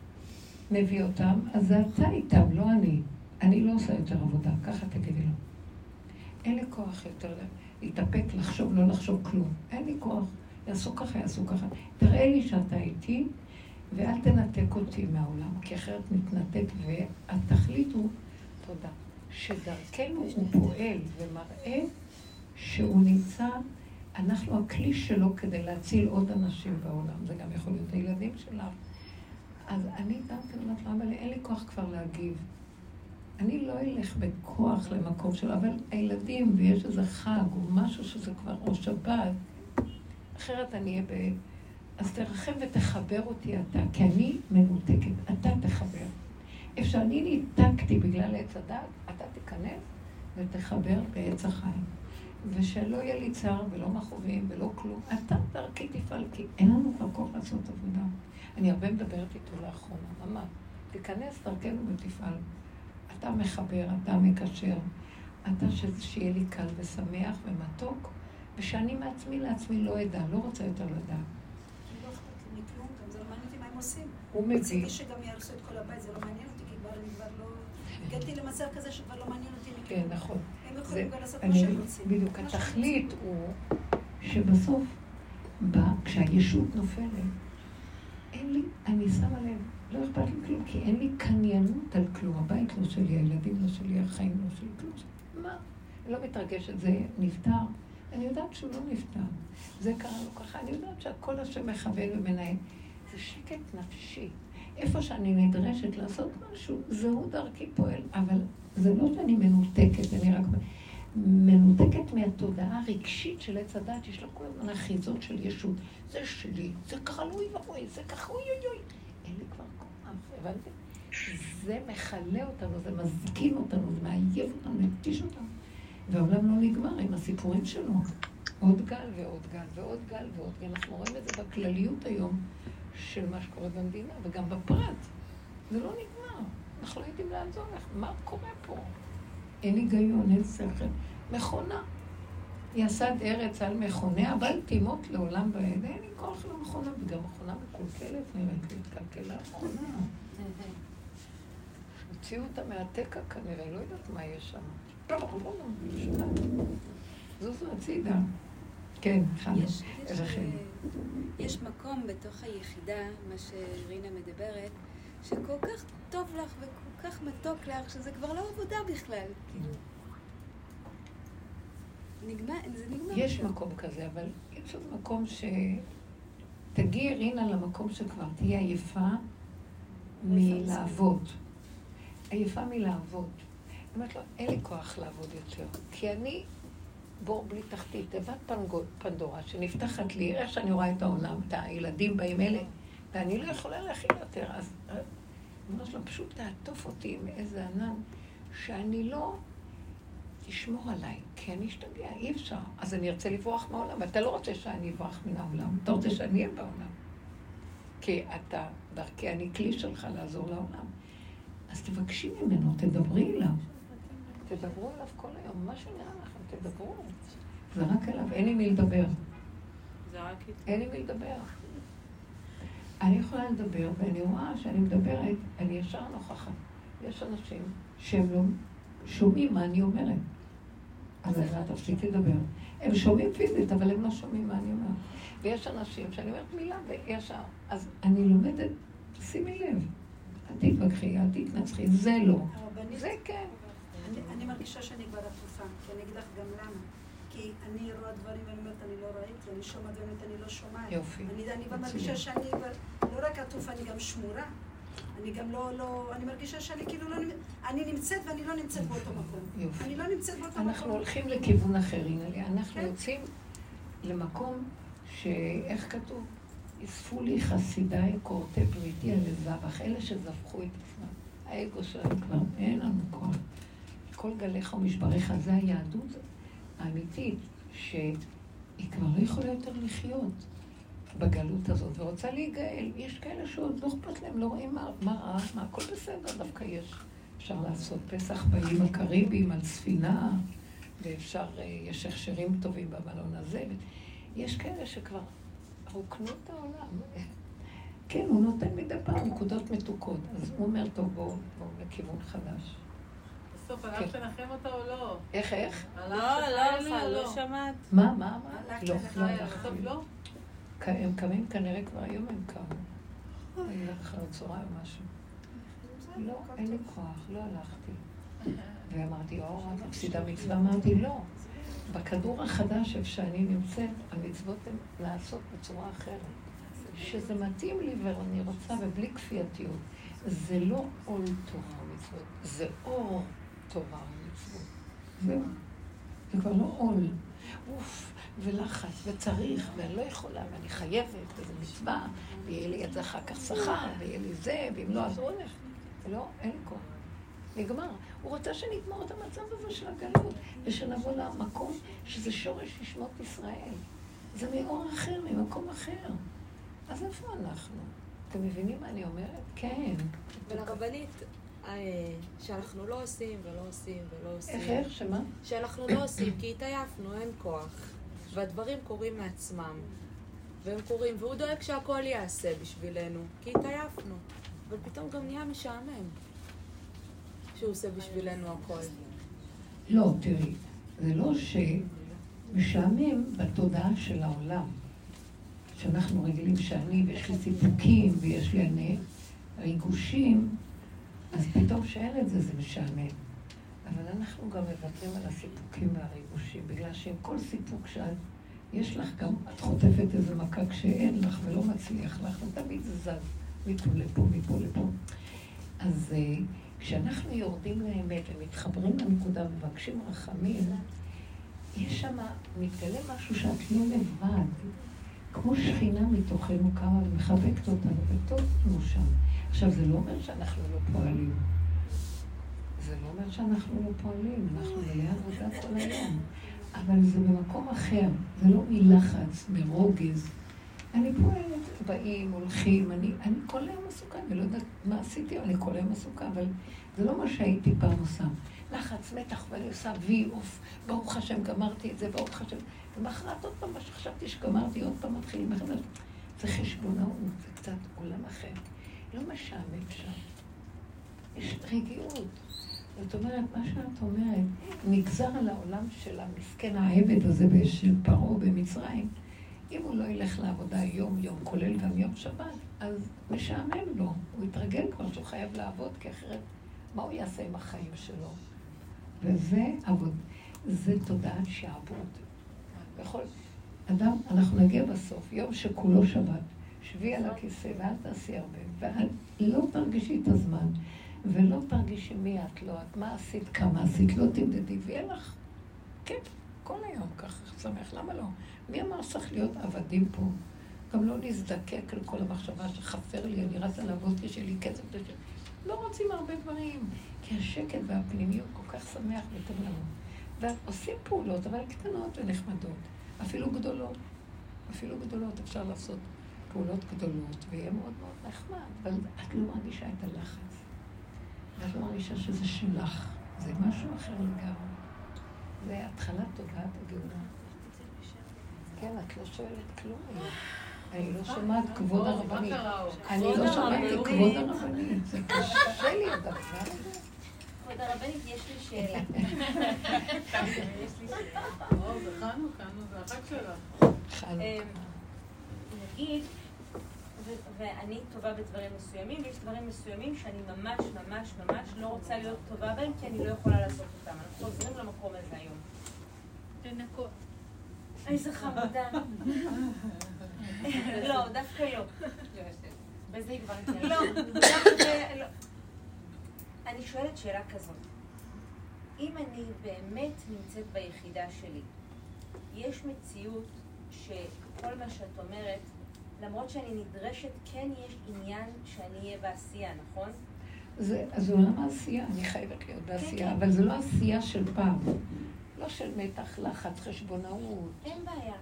מביא אותם, אז זה אתה איתם, לא אני. אני לא עושה יותר עבודה, ככה תגידי לו. אין לי כוח יותר להתאפק, לחשוב, לא לחשוב כלום. אין לי כוח. יעשו ככה, יעשו ככה. תראה לי שאתה איתי, ואל תנתק אותי מהעולם, כי אחרת מתנתק, והתכלית הוא, תודה, שדרכנו הוא פועל ומראה שהוא נמצא, אנחנו הכלי שלו כדי להציל עוד אנשים בעולם. זה גם יכול להיות הילדים שלך. אז אני גם אומרת לה, אבל אין לי כוח כבר להגיב. אני לא אלך בכוח למקום שלו, אבל הילדים, ויש איזה חג או משהו שזה כבר או שבת, אחרת אני אהיה אז תרחם ותחבר אותי אתה, כי אני מנותקת, אתה תחבר. איפה שאני ניתקתי בגלל עץ הדת, אתה תיכנס ותחבר בעץ החיים. ושלא יהיה לי צער ולא מחובים ולא כלום. אתה דרכי תפעל, כי אין לנו כבר כוח לעשות עבודה. אני הרבה מדברת איתו לאחרונה, ממש. תיכנס דרכנו ותפעל. אתה מחבר, אתה מקשר. אתה שיהיה לי קל ושמח ומתוק, ושאני מעצמי לעצמי לא אדע, לא רוצה יותר לדעת. מכלום, גם זה לא מעניין אותי מה הם עושים. הוא מביא. רציתי שגם יהרסו את כל הבית, זה לא מעניין אותי, כי כבר אני כבר לא... הגעתי למצב כזה שכבר לא מעניין אותי מכלום. כן, נכון. הם יכולים גם לעשות מה שהם רוצים. בדיוק, התכלית הוא שבסוף, כשהישות נופלת, אין לי, אני שמה לב, לא אכפת לי כלום, כי אין לי קניינות על כלום. הבית לא שלי, הילדים לא שלי, החיים לא שלי, כלום. מה? אני לא מתרגשת, זה נפטר. אני יודעת שהוא לא נפטר. זה קרה לו ככה. אני יודעת שהכל השם מכוון ומנהל. זה שקט נפשי. איפה שאני נדרשת לעשות משהו, זהו דרכי פועל. אבל זה לא שאני מנותקת, אני רק מנותקת מהתודעה הרגשית של עץ הדת. יש לו כל הזמן אחיזות של ישות. זה שלי, זה ככה לוי ורוי, זה ככה אוי אוי אוי. אין לי כבר כוח, הבנתם? זה מכלה אותנו, זה מזקין אותנו, זה מעייב אותנו, מתיש אותנו. והעולם לא נגמר עם הסיפורים שלו. עוד גל ועוד גל ועוד גל ועוד גל. אנחנו רואים את זה בכלליות היום של מה שקורה במדינה וגם בפרט. זה לא נגמר. אנחנו לא יודעים לאן זה הולך. מה קורה פה? אין היגיון, אין שכל. מכונה. היא עשת ארץ על מכונה, אבל תימות לעולם בעד. אין לי כוח למכונה, וגם מכונה מקולקלת נראית לי, התקלקלה מכונה. הוציאו אותה מהתקה כנראה, לא יודעת מה יש שם. זו הצידה. כן, יש מקום בתוך היחידה, מה שרינה מדברת, שכל כך טוב לך וכל כך מתוק לך, שזה כבר לא עבודה בכלל. זה נגמר. יש מקום כזה, אבל יש עוד מקום שתגיעי רינה למקום שכבר תהיה עייפה מלעבוד. עייפה מלעבוד. אני אומרת לו, אין לי כוח לעבוד יותר, כי אני בור בלי תחתית, תיבת פנדורה שנפתחת לי, איך שאני רואה את העולם, את הילדים באים אלה, ואני לא יכולה להכיל יותר, אז אני אומרת לו, פשוט תעטוף אותי עם איזה ענן, שאני לא תשמור עליי, כי אני אשתגע, אי אפשר. אז אני ארצה לברוח מהעולם, ואתה לא רוצה שאני אברח מן העולם, אתה רוצה שאני אהיה בעולם. כי אתה, דרכי, אני כלי שלך לעזור לעולם. אז תבקשי ממנו, תדברי אליו. תדברו אליו כל היום, מה שנראה לכם, תדברו. זה רק אליו, אין לי מי לדבר. אין לי מי לדבר. אני יכולה לדבר, ואני רואה שאני מדברת, אני ישר נוכחת. יש אנשים שהם לא שומעים מה אני אומרת. אז אני תפסיקי לדבר. הם שומעים פיזית, אבל הם לא שומעים מה אני אומרת. ויש אנשים שאני אומרת מילה וישר. אז אני לומדת, שימי לב. אל תתווכחי, אל תתנצחי, זה לא. זה כן. אני מרגישה שאני כבר עטופה, כי אני אגיד לך גם למה. כי אני רואה דברים ואני אומרת, אני לא ראית, ואני שומעת ואומרת, אני לא שומעת. יופי. אני כבר מרגישה שאני לא רק עטופה, אני גם שמורה. אני גם לא, אני מרגישה שאני כאילו לא נמצאת, אני נמצאת ואני לא נמצאת באותו מקום. יופי. אני לא נמצאת באותו מקום. אנחנו הולכים לכיוון אחר, הנה, אנחנו יוצאים למקום שאיך כתוב? אספו לי חסידיי כורתי בריתי על הזבח, אלה שזבחו את עצמם. האגו שלנו כבר אין לנו כוח. כל גליך ומשבריך, זה היהדות האמיתית, שהיא כבר לא יכולה יותר לחיות בגלות הזאת, ורוצה להיגאל. יש כאלה שעוד לא אכפת להם, לא רואים מה רע, מה הכל בסדר, דווקא יש. אפשר לעשות פסח באיים הקריביים על ספינה, ואפשר, יש הכשרים טובים במלון הזה. יש כאלה שכבר רוקנו את העולם. כן, הוא נותן מדי פעם נקודות מתוקות, אז הוא אומר, טוב, בואו לכיוון חדש. בסוף, הלכת לנחם אותה או לא? איך? לא שמעת. מה? לא, בסוף לא? הם קמים כנראה כבר היום הם קמו. אני הולך אחרי צהריים או משהו. לא, אין לי כוח, לא הלכתי. ואמרתי, את מפסידה מצווה? אמרתי, לא. בכדור החדש איפה שאני נמצאת, המצוות הן לעשות בצורה אחרת. שזה מתאים לי ואני רוצה, ובלי כפייתיות. זה לא עול תורה ומצוות, זה אור תורה ומצוות. זהו. זה כבר לא עול. ולחץ, וצריך, ואני לא יכולה, ואני חייבת, וזה מצווה, ויהיה לי את זה אחר כך שכר, ויהיה לי זה, ואם לא, אז עונש. לא, אין לי כוח. נגמר. הוא רוצה שנגמור את המצב הזה של הגלות, ושנבוא למקום שזה שורש לשמות ישראל. זה מאור אחר, ממקום אחר. אז איפה אנחנו? אתם מבינים מה אני אומרת? כן. ולרבנית, שאנחנו לא עושים ולא עושים ולא עושים. איך? שמה? שאנחנו לא עושים, כי התעייפנו, אין כוח. והדברים קורים מעצמם. והם קורים, והוא דואג שהכל יעשה בשבילנו, כי התעייפנו. אבל פתאום גם נהיה משעמם. שהוא עושה בשבילנו הכל. לא, תראי, זה לא שמשעמם בתודעה של העולם. שאנחנו רגילים שאני, ויש לי סיפוקים, ויש לי ריגושים, אז פתאום שאין את זה, זה משעמם. אבל אנחנו גם מוותרים על הסיפוקים והריגושים, בגלל שעם כל סיפוק שאת, יש לך גם, את חוטפת איזה מכה כשאין לך ולא מצליח לך, ותמיד זה זז, מפה לפה, מפה לפה. אז כשאנחנו יורדים לאמת ומתחברים לנקודה ומבקשים רחמים, יש שם, מתגלה משהו שאת לא לבד. כמו שכינה מתוכנו קמה ומחבקת אותנו, וטוב לנו שם. עכשיו, זה לא אומר שאנחנו לא פועלים. זה לא אומר שאנחנו לא פועלים, אנחנו מלא עבודה כל היום. אבל זה במקום אחר, זה לא מלחץ, מרוגז. אני פועלת, באים, הולכים, אני כל היום עסוקה, אני לא יודעת מה עשיתי, אני כל היום עסוקה, אבל זה לא מה שהייתי פעם עושה. לחץ, מתח, ואני עושה וי, אוף, ברוך השם, גמרתי את זה, ברוך השם. ומחרת עוד פעם, מה שחשבתי שגמרתי, עוד פעם מתחילים מחדש. זה חשבונאות, זה קצת עולם אחר. לא משעמם שם. יש רגיעות. זאת אומרת, מה שאת אומרת, נגזר על העולם של המסכן העבד הזה של פרעה במצרים. אם הוא לא ילך לעבודה יום, כולל גם יום שבת, אז משעמם לו. הוא יתרגל כבר שהוא חייב לעבוד, כי אחרת, מה הוא יעשה עם החיים שלו? וזה עבוד. זה תודעת שעבוד. בכל אדם, אנחנו נגיע בסוף, יום שכולו שבת, שבי על הכיסא ואל תעשי הרבה, ואל לא תרגישי את הזמן, ולא תרגישי מי את, לא את, מה עשית, כמה עשית, לא תמדדי, ויהיה לך, כן, כל היום ככה, שמח, למה לא? מי אמר צריך להיות עבדים פה? גם לא להזדקק לכל המחשבה שחפר לי, אני רצה לעבוד, יש לי כסף, לא רוצים הרבה דברים, כי השקט והפנימיות כל כך שמח וטוב לנו. ועושים פעולות, אבל קטנות ונחמדות, אפילו גדולות, אפשר לעשות פעולות גדולות, ויהיה מאוד מאוד נחמד, אבל את לא מרגישה את הלחץ. ואת לא מרגישה שזה שלך, זה משהו אחר לגמרי. זה התחלת תודעת הגאולה. כן, את לא שואלת כלום. אני לא שומעת כבוד הרבנית. אני כבוד לא שמעתי הרבנית. כבוד הרבנית. זה קשה לי הדבר. כבוד הרבנית, יש לי שאלה. זה חנוכה, זה החג שלך. נגיד, ואני טובה בדברים מסוימים, ויש דברים מסוימים שאני ממש ממש ממש לא רוצה להיות טובה בהם, כי אני לא יכולה לעשות אותם. אנחנו חוזרים למקום הזה היום. תנקות. איזה חמודה. לא, דווקא לא. בזה כבר כן. לא, דווקא לא. אני שואלת שאלה כזאת. אם אני באמת נמצאת ביחידה שלי, יש מציאות שכל מה שאת אומרת, למרות שאני נדרשת, כן יש עניין שאני אהיה בעשייה, נכון? אז הוא עולם העשייה, אני חייבת להיות בעשייה, אבל זה לא עשייה של פעם. לא של מתח, לחץ, חשבונאות. אין בעיה.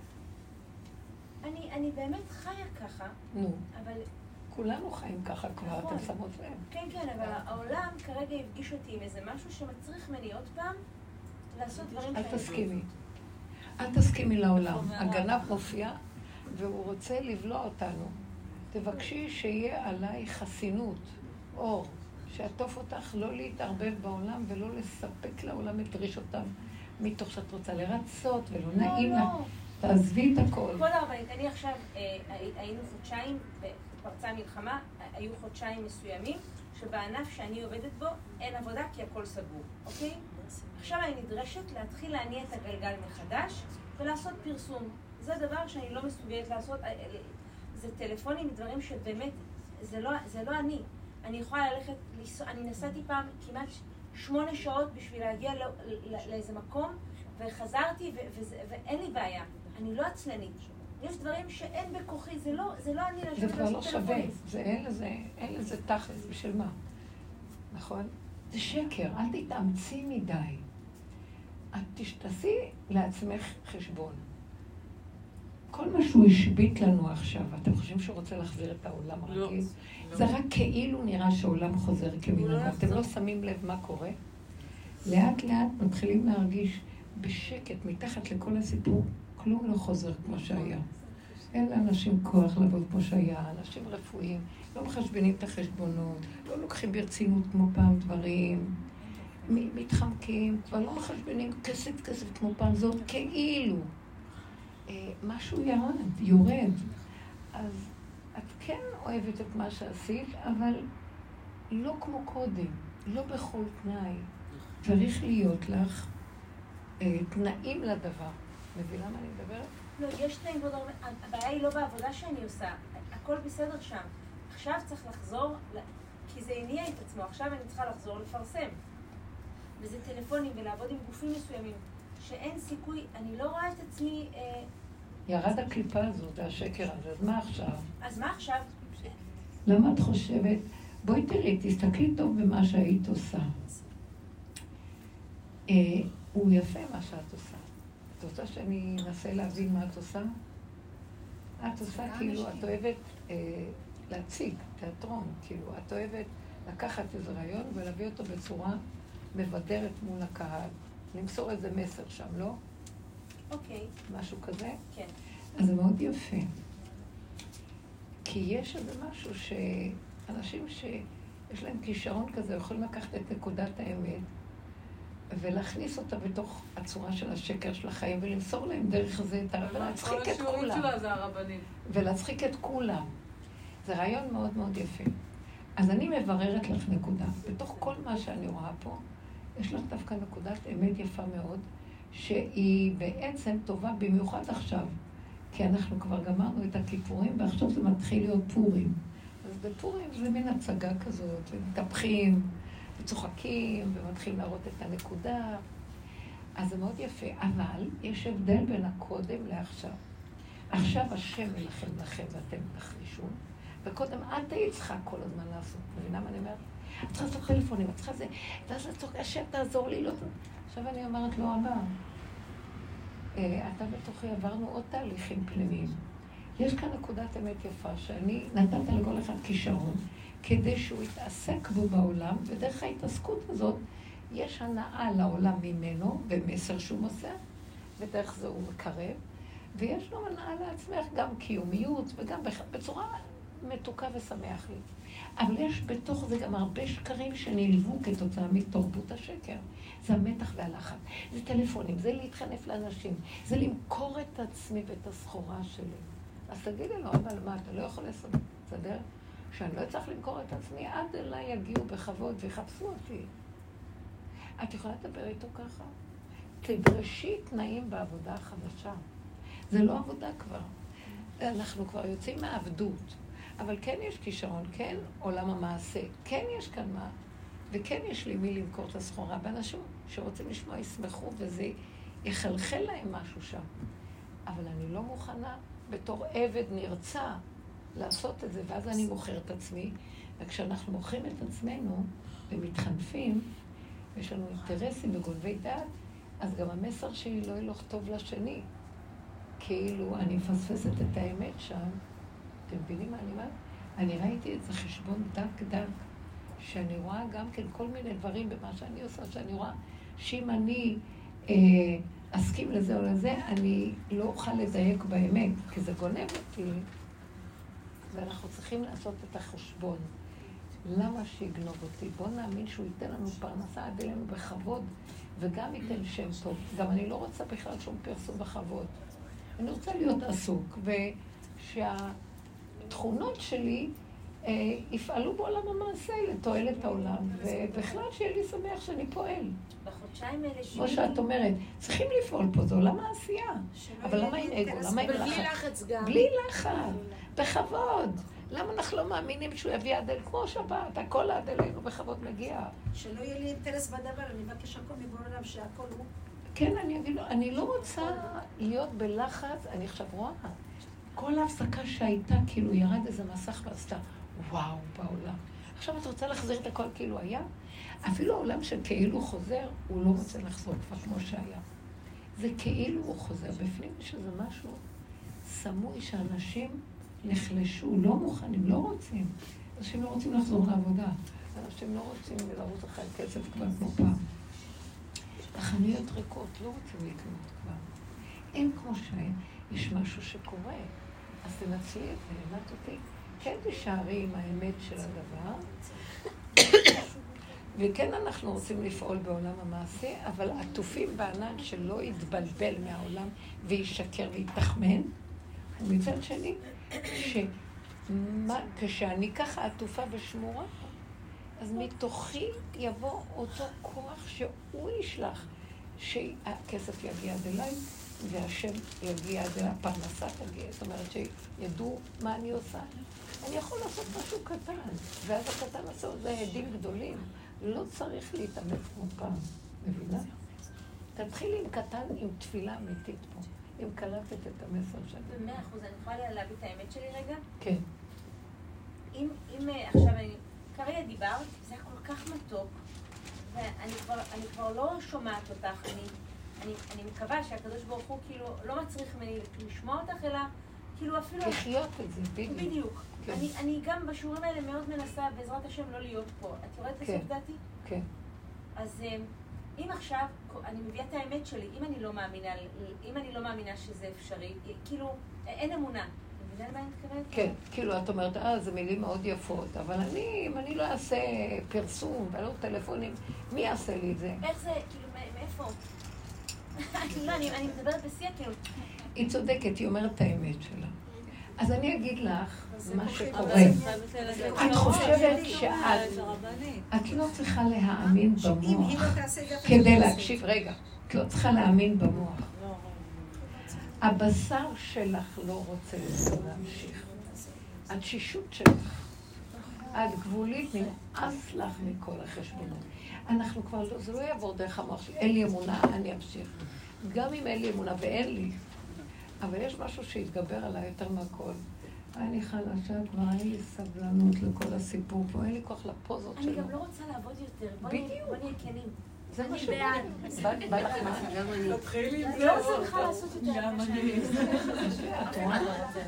אני באמת חיה ככה, נו, אבל... כולנו חיים ככה כבר, נכון. אתם שמות להם. כן, כן, אבל העולם כרגע הפגיש אותי עם איזה משהו שמצריך ממני עוד פעם לעשות דברים אל שאני... תסכימי. אל תסכימי לעולם. הגנב מופיע והוא רוצה לבלוע אותנו. תבקשי שיהיה עליי חסינות, אור, שעטוף אותך לא להתערבב בעולם ולא לספק לעולם את דרישותיו מתוך שאת רוצה לרצות ולא נעים לך. תעזבי את הכל. כבוד הרבנית, אני עכשיו, היינו חודשיים, פרצה מלחמה, היו חודשיים מסוימים, שבענף שאני עובדת בו אין עבודה כי הכל סגור, אוקיי? עכשיו אני נדרשת להתחיל להניע את הגלגל מחדש ולעשות פרסום. זה דבר שאני לא מסוגלת לעשות, זה טלפונים, דברים שבאמת, זה לא אני. אני יכולה ללכת, אני נסעתי פעם כמעט 8 שעות בשביל להגיע לאיזה מקום, וחזרתי ואין לי בעיה. אני לא עצלנית. יש דברים שאין בכוחי, זה לא אני זה כבר לא שווה, אין לזה תכלס, בשביל מה? נכון? זה שקר, אל תתאמצי מדי. את תעשי לעצמך חשבון. כל מה שהוא השביט לנו עכשיו, אתם חושבים שהוא רוצה להחזיר את העולם הרגיל? זה רק כאילו נראה שהעולם חוזר כמנהגו. אתם לא שמים לב מה קורה? לאט לאט מתחילים להרגיש בשקט, מתחת לכל הסיפור, כלום לא חוזר כמו שהיה. אין לאנשים כוח לעבוד כמו שהיה, אנשים רפואיים, לא מחשבנים את החשבונות, לא לוקחים ברצינות כמו פעם דברים, מתחמקים, כבר לא מחשבנים כסף כמו פעם, זאת כאילו. משהו יורד. אז את כן אוהבת את מה שעשית, אבל לא כמו קודם, לא בכל תנאי. צריך להיות לך תנאים לדבר. מבינה מה אני מדברת? לא, יש תנאים ועוד הרבה. הבעיה היא לא בעבודה שאני עושה. הכל בסדר שם. עכשיו צריך לחזור, כי זה הניע את עצמו. עכשיו אני צריכה לחזור לפרסם. וזה טלפונים ולעבוד עם גופים מסוימים, שאין סיכוי, אני לא רואה את עצמי... ירד הקליפה הזאת, זה השקר הזה, אז מה עכשיו? אז מה עכשיו? למה את חושבת? בואי תראי, תסתכלי טוב במה שהיית עושה. הוא יפה מה שאת עושה. את רוצה שאני אנסה להבין מה את עושה? את עושה כאילו, את אוהבת להציג תיאטרון, כאילו, את אוהבת לקחת איזה רעיון ולהביא אותו בצורה מבדרת מול הקהל. למסור איזה מסר שם, לא? אוקיי. משהו כזה? כן. אז זה מאוד יפה. כי יש איזה משהו שאנשים שיש להם כישרון כזה, יכולים לקחת את נקודת האמת ולהכניס אותה בתוך הצורה של השקר של החיים ולמסור להם דרך זה את הרב ולהצחיק את כולם. כל השיעורים שלה זה הרבנים. ולהצחיק את כולם. זה רעיון מאוד מאוד יפה. אז אני מבררת לך נקודה. בתוך כל מה שאני רואה פה, יש לך דווקא נקודת אמת יפה מאוד, שהיא בעצם טובה במיוחד עכשיו. כי אנחנו כבר גמרנו את הכיפורים, ועכשיו זה מתחיל להיות פורים. אז בפורים זה מין הצגה כזאת, ומתהפכים, וצוחקים, ומתחילים להראות את הנקודה. אז זה מאוד יפה. אבל יש הבדל בין הקודם לעכשיו. עכשיו השם מלחם לכם ואתם תחרישו, וקודם אל תהיי צריכה כל הזמן לעשות. מבינה מה אני אומרת? את צריכה לעשות טלפונים, את צריכה זה, ואז את צוחקת, השם תעזור לי, לא... עכשיו אני אומרת לו, אבא, אתה בתוכי עברנו עוד תהליכים פנימיים. יש כאן נקודת אמת יפה, שאני נתת לכל אחד כישרון, כדי שהוא יתעסק בו בעולם, ודרך ההתעסקות הזאת, יש הנאה לעולם ממנו, במסר שהוא מוסר, ודרך זה הוא מקרב, ויש לו מנעה לעצמך גם קיומיות, וגם בצורה מתוקה ושמח לי. אבל יש בתוך זה גם הרבה שקרים שנלוו כתוצאה מתרבות השקר. זה המתח והלחץ, זה טלפונים, זה להתחנף לאנשים, זה למכור את עצמי ואת הסחורה שלי. אז תגידי לו, אבל מה, אתה לא יכול לסדר? שאני לא צריך למכור את עצמי, עד אליי יגיעו בכבוד ויחפשו אותי. את יכולה לדבר איתו ככה? תדרשי תנאים בעבודה החדשה. זה לא עבודה כבר. אנחנו כבר יוצאים מהעבדות. אבל כן יש כישרון, כן עולם המעשה, כן יש כאן מה, וכן יש לי מי למכור את הסחורה. באנשים שרוצים לשמוע ישמחו וזה יחלחל להם משהו שם. אבל אני לא מוכנה בתור עבד נרצה לעשות את זה, ואז אני מוכר את עצמי, וכשאנחנו מוכרים את עצמנו ומתחנפים, יש לנו אינטרסים וגונבי דעת, אז גם המסר שלי לא ילוך טוב לשני. כאילו אני מפספסת את האמת שם. אתם מבינים מה אני אומרת? אני ראיתי את זה חשבון דק, שאני רואה גם כן כל מיני דברים במה שאני עושה, שאני רואה שאם אני אסכים לזה או לזה, אני לא אוכל לדייק באמת, כי זה גונב אותי, ואנחנו צריכים לעשות את החשבון. למה שיגנוב אותי? בוא נאמין שהוא ייתן לנו פרנסה עד אלינו בכבוד, וגם ייתן שם טוב. גם אני לא רוצה בכלל שום פרסום בכבוד. אני רוצה להיות עסוק, תכונות שלי יפעלו בעולם המעשה לתועלת העולם, ובכלל שיהיה לי שמח שאני פועל. בחודשיים האלה כמו שאת אומרת, צריכים לפעול פה, זה עולם העשייה. אבל למה עם אגו? למה עם לחץ? בלי לחץ גם. בלי לחץ, בכבוד. למה אנחנו לא מאמינים שהוא יביא עד אל כמו שבת? הכל עד אלינו בכבוד מגיע. שלא יהיה לי אינטרס בדבר, אני מבקש הכל מבורא עולם שהכל הוא. כן, אני אגיד לו, אני לא רוצה להיות בלחץ, אני עכשיו רואה. כל ההפסקה שהייתה, כאילו ירד איזה מסך ועשתה, וואו, בעולם. עכשיו את רוצה להחזיר את הכל כאילו היה? אפילו העולם שכאילו חוזר, הוא לא רוצה לחזור כבר כמו שהיה. זה כאילו הוא חוזר. בפנים שזה משהו סמוי שאנשים נחלשו, לא מוכנים, לא רוצים. אנשים לא רוצים לחזור לעבודה. אנשים לא רוצים לרוץ אחרי כסף כבר כמו פעם. החנויות ריקות, לא רוצים לקנות כבר. אין כמו שהם, יש משהו שקורה. אז תנצלי את זה, למדת אותי. כן תשארי עם האמת של הדבר, וכן אנחנו רוצים לפעול בעולם המעשה, אבל עטופים בענן שלא יתבלבל מהעולם וישקר ויתחמן, ומצד שני, כשאני ככה עטופה ושמורה, אז מתוכי יבוא אותו כוח שהוא ישלח, שהכסף יגיע עד אליי, והשם יגיע עד אליי, הפרנסה תגיע, זאת אומרת שידעו מה אני עושה. אני יכול לעשות משהו קטן, ואז הקטן עושה זה עדים גדולים. לא צריך להתאמץ כמו פעם, מבינה? תתחילי עם קטן, עם תפילה אמיתית פה. אם קלטת את המסר שלי. ב100%, אני יכולה להביא את האמת שלי רגע? כן. אם עכשיו אני כרגע דיברת, זה היה כל כך מתוק, ואני כבר לא שומעת אותך, אני מקווה שהקדוש ברוך הוא כאילו לא מצריך ממני לשמוע אותך, אלא כאילו אפילו... לחיות את זה, בדיוק. בדיוק. אני גם בשיעורים האלה מאוד מנסה בעזרת השם לא להיות פה. את יורדת בסוף דעתי? כן. אז אם עכשיו אני מביאה את האמת שלי, אם אני לא מאמינה שזה אפשרי, כאילו אין אמונה. מבינה למה אני מתכוונת? כן, כאילו את אומרת, זה מילים מאוד יפות, אבל אם אני לא אעשה פרסום ולא טלפונים, מי יעשה לי את זה? איך זה, כאילו, מאיפה? לא, אני מדברת בשיא, כאילו. היא צודקת, היא אומרת את האמת שלה. אז אני אגיד לך מה שקורה. את חושבת שאת לא צריכה להאמין במוח כדי להקשיב. רגע, את לא צריכה להאמין במוח. הבשר שלך לא רוצה להמשיך. התשישות שלך, את גבולית, נמאס לך מכל החשבונות. אנחנו כבר לא, זה לא יעבור דרך המוח שלי. אין לי אמונה, אני אמשיך. גם אם אין לי אמונה ואין לי, אבל יש משהו שהתגבר עליי יותר מהכל. אני חלשה, כבר אין לי סבלנות לכל הסיפור פה, אין לי כוח לפוזות שלו. אני גם לא רוצה לעבוד יותר. בדיוק. בוא נהיה כנים. זה מה שבא. בא לך מה? תתחילי עם זה. לא רוצה לך לעשות יותר. גם אני. את רואה?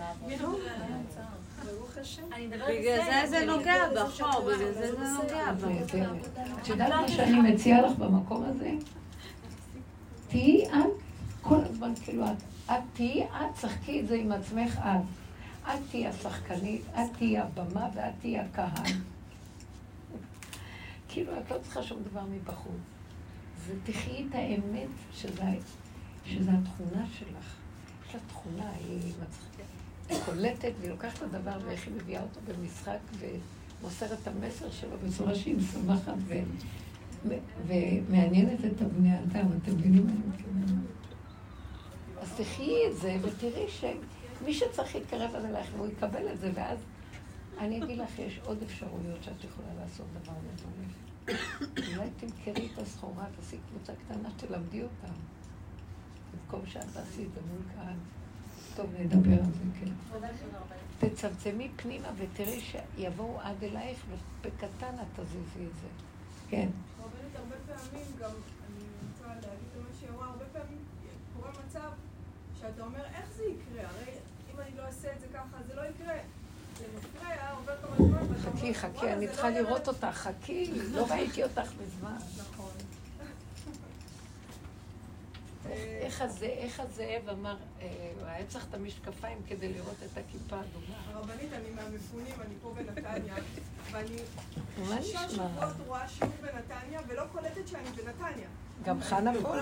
בגלל זה נוגע בך, בגלל זה נוגע בך. את יודעת מה שאני מציעה לך במקום הזה? תהיי את כל הזמן כאילו את את תהיי, את שחקי את זה עם עצמך את. את תהיי השחקנית, את תהיי הבמה ואת תהיי הקהל. כאילו, את לא צריכה שום דבר מבחוץ. זה תחיי את האמת שזה התכונה שלך. יש לה תכונה, היא קולטת והיא לוקחת את הדבר ואיך היא מביאה אותו במשחק ומוסרת את המסר שלו בצורה שהיא משמחת ומעניינת את הבני אדם. אתם מבינים מה אני מתכוונת? אז תחיי את זה ותראי שמי שצריך להתקרב עד אלייך והוא יקבל את זה, ואז אני אגיד לך, יש עוד אפשרויות שאת יכולה לעשות דבר מטורף. אולי תמכרי את הסחורה, תעשי קבוצה קטנה, תלמדי אותם. במקום שאת תעשי את זה מול קהל. טוב, נדבר על זה, כן. תצמצמי פנימה ותראי שיבואו עד אלייך ובקטן את תזיזי את זה. כן. רבנית, הרבה פעמים גם, אני רוצה להגיד את מה שהיא אמרה, הרבה פעמים קורה מצב שאתה אומר, איך זה יקרה? הרי אם אני לא אעשה את זה ככה, זה לא יקרה. זה מפריע, עובר כמה זמן. חכי, אני צריכה לראות אותך, חכי, לא ראיתי אותך בזמן. נכון. איך הזאב אמר, היה צריך את המשקפיים כדי לראות את הכיפה האדומה. הרבנית, אני מהמפונים, אני פה בנתניה, ואני מה 6 נשמע? שבועות רואה שיעור בנתניה, ולא קולטת שאני בנתניה. גם חנה פה.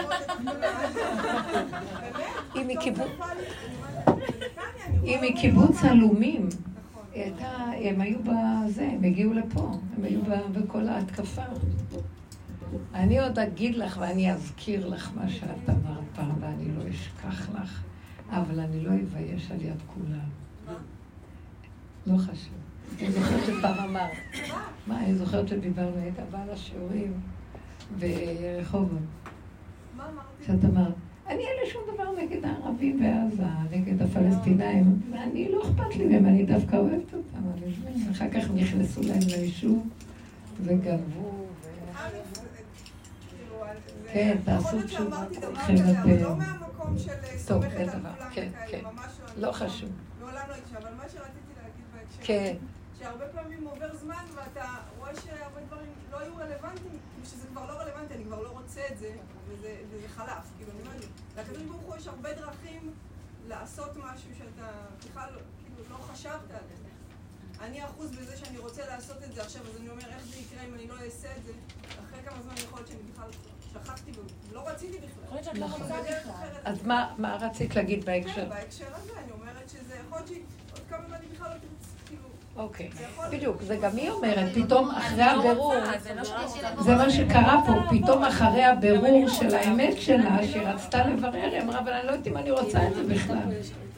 היא מקיבוץ הלומים. הם היו בזה, הם הגיעו לפה, הם היו בכל ההתקפה. אני עוד אגיד לך ואני אזכיר לך מה שאת אמרת פעם ואני לא אשכח לך, אבל אני לא אבייש על יד כולם. לא חשוב. אני זוכרת שפעם אמרת. מה, אני זוכרת שדיברנו, היית באה לשיעורים ברחובות. מה אמרתי? שאת אמרת, אני אין לי שום דבר נגד הערבים בעזה, נגד הפלסטינאים, ואני לא אכפת לי מהם, אני דווקא אוהבת אותם. אחר כך נכנסו להם ליישוב וגנבו. כן, תעשו תשובה כולכם אבל אתם. לא מהמקום של טוב, סומכת אין על דבר, כולם כן, וכאלה, כן. ממש לא חשוב. מעולם לא אישה, אבל מה שרציתי להגיד בהקשר, כן. שהרבה פעמים עובר זמן ואתה רואה שהרבה דברים לא היו רלוונטיים, שזה כבר לא רלוונטי, אני כבר לא רוצה את זה, וזה חלף, כאילו, אני אומרת, לקדוש ברוך הוא יש הרבה דרכים לעשות משהו שאתה בכלל כאילו לא חשבת עליהם. אני אחוז בזה שאני רוצה לעשות את זה עכשיו, אז אני אומר, איך זה יקרה אם אני לא אעשה את זה? אחרי כמה זמן יכול להיות שאני בכלל שכחתי ולא רציתי בכלל. יכול להיות שאת לא רוצה בכלל. אז מה רצית להגיד בהקשר? כן, בהקשר הזה אני אומרת שזה יכול להיות שעוד כמה זמן אני בכלל לא תרצה, כאילו... אוקיי, בדיוק, זה גם היא אומרת, פתאום אחרי הבירור, זה מה שקרה פה, פתאום אחרי הבירור של האמת שלה, שהיא רצתה לברר, היא אמרה, אבל אני לא יודעת אם אני רוצה את זה בכלל.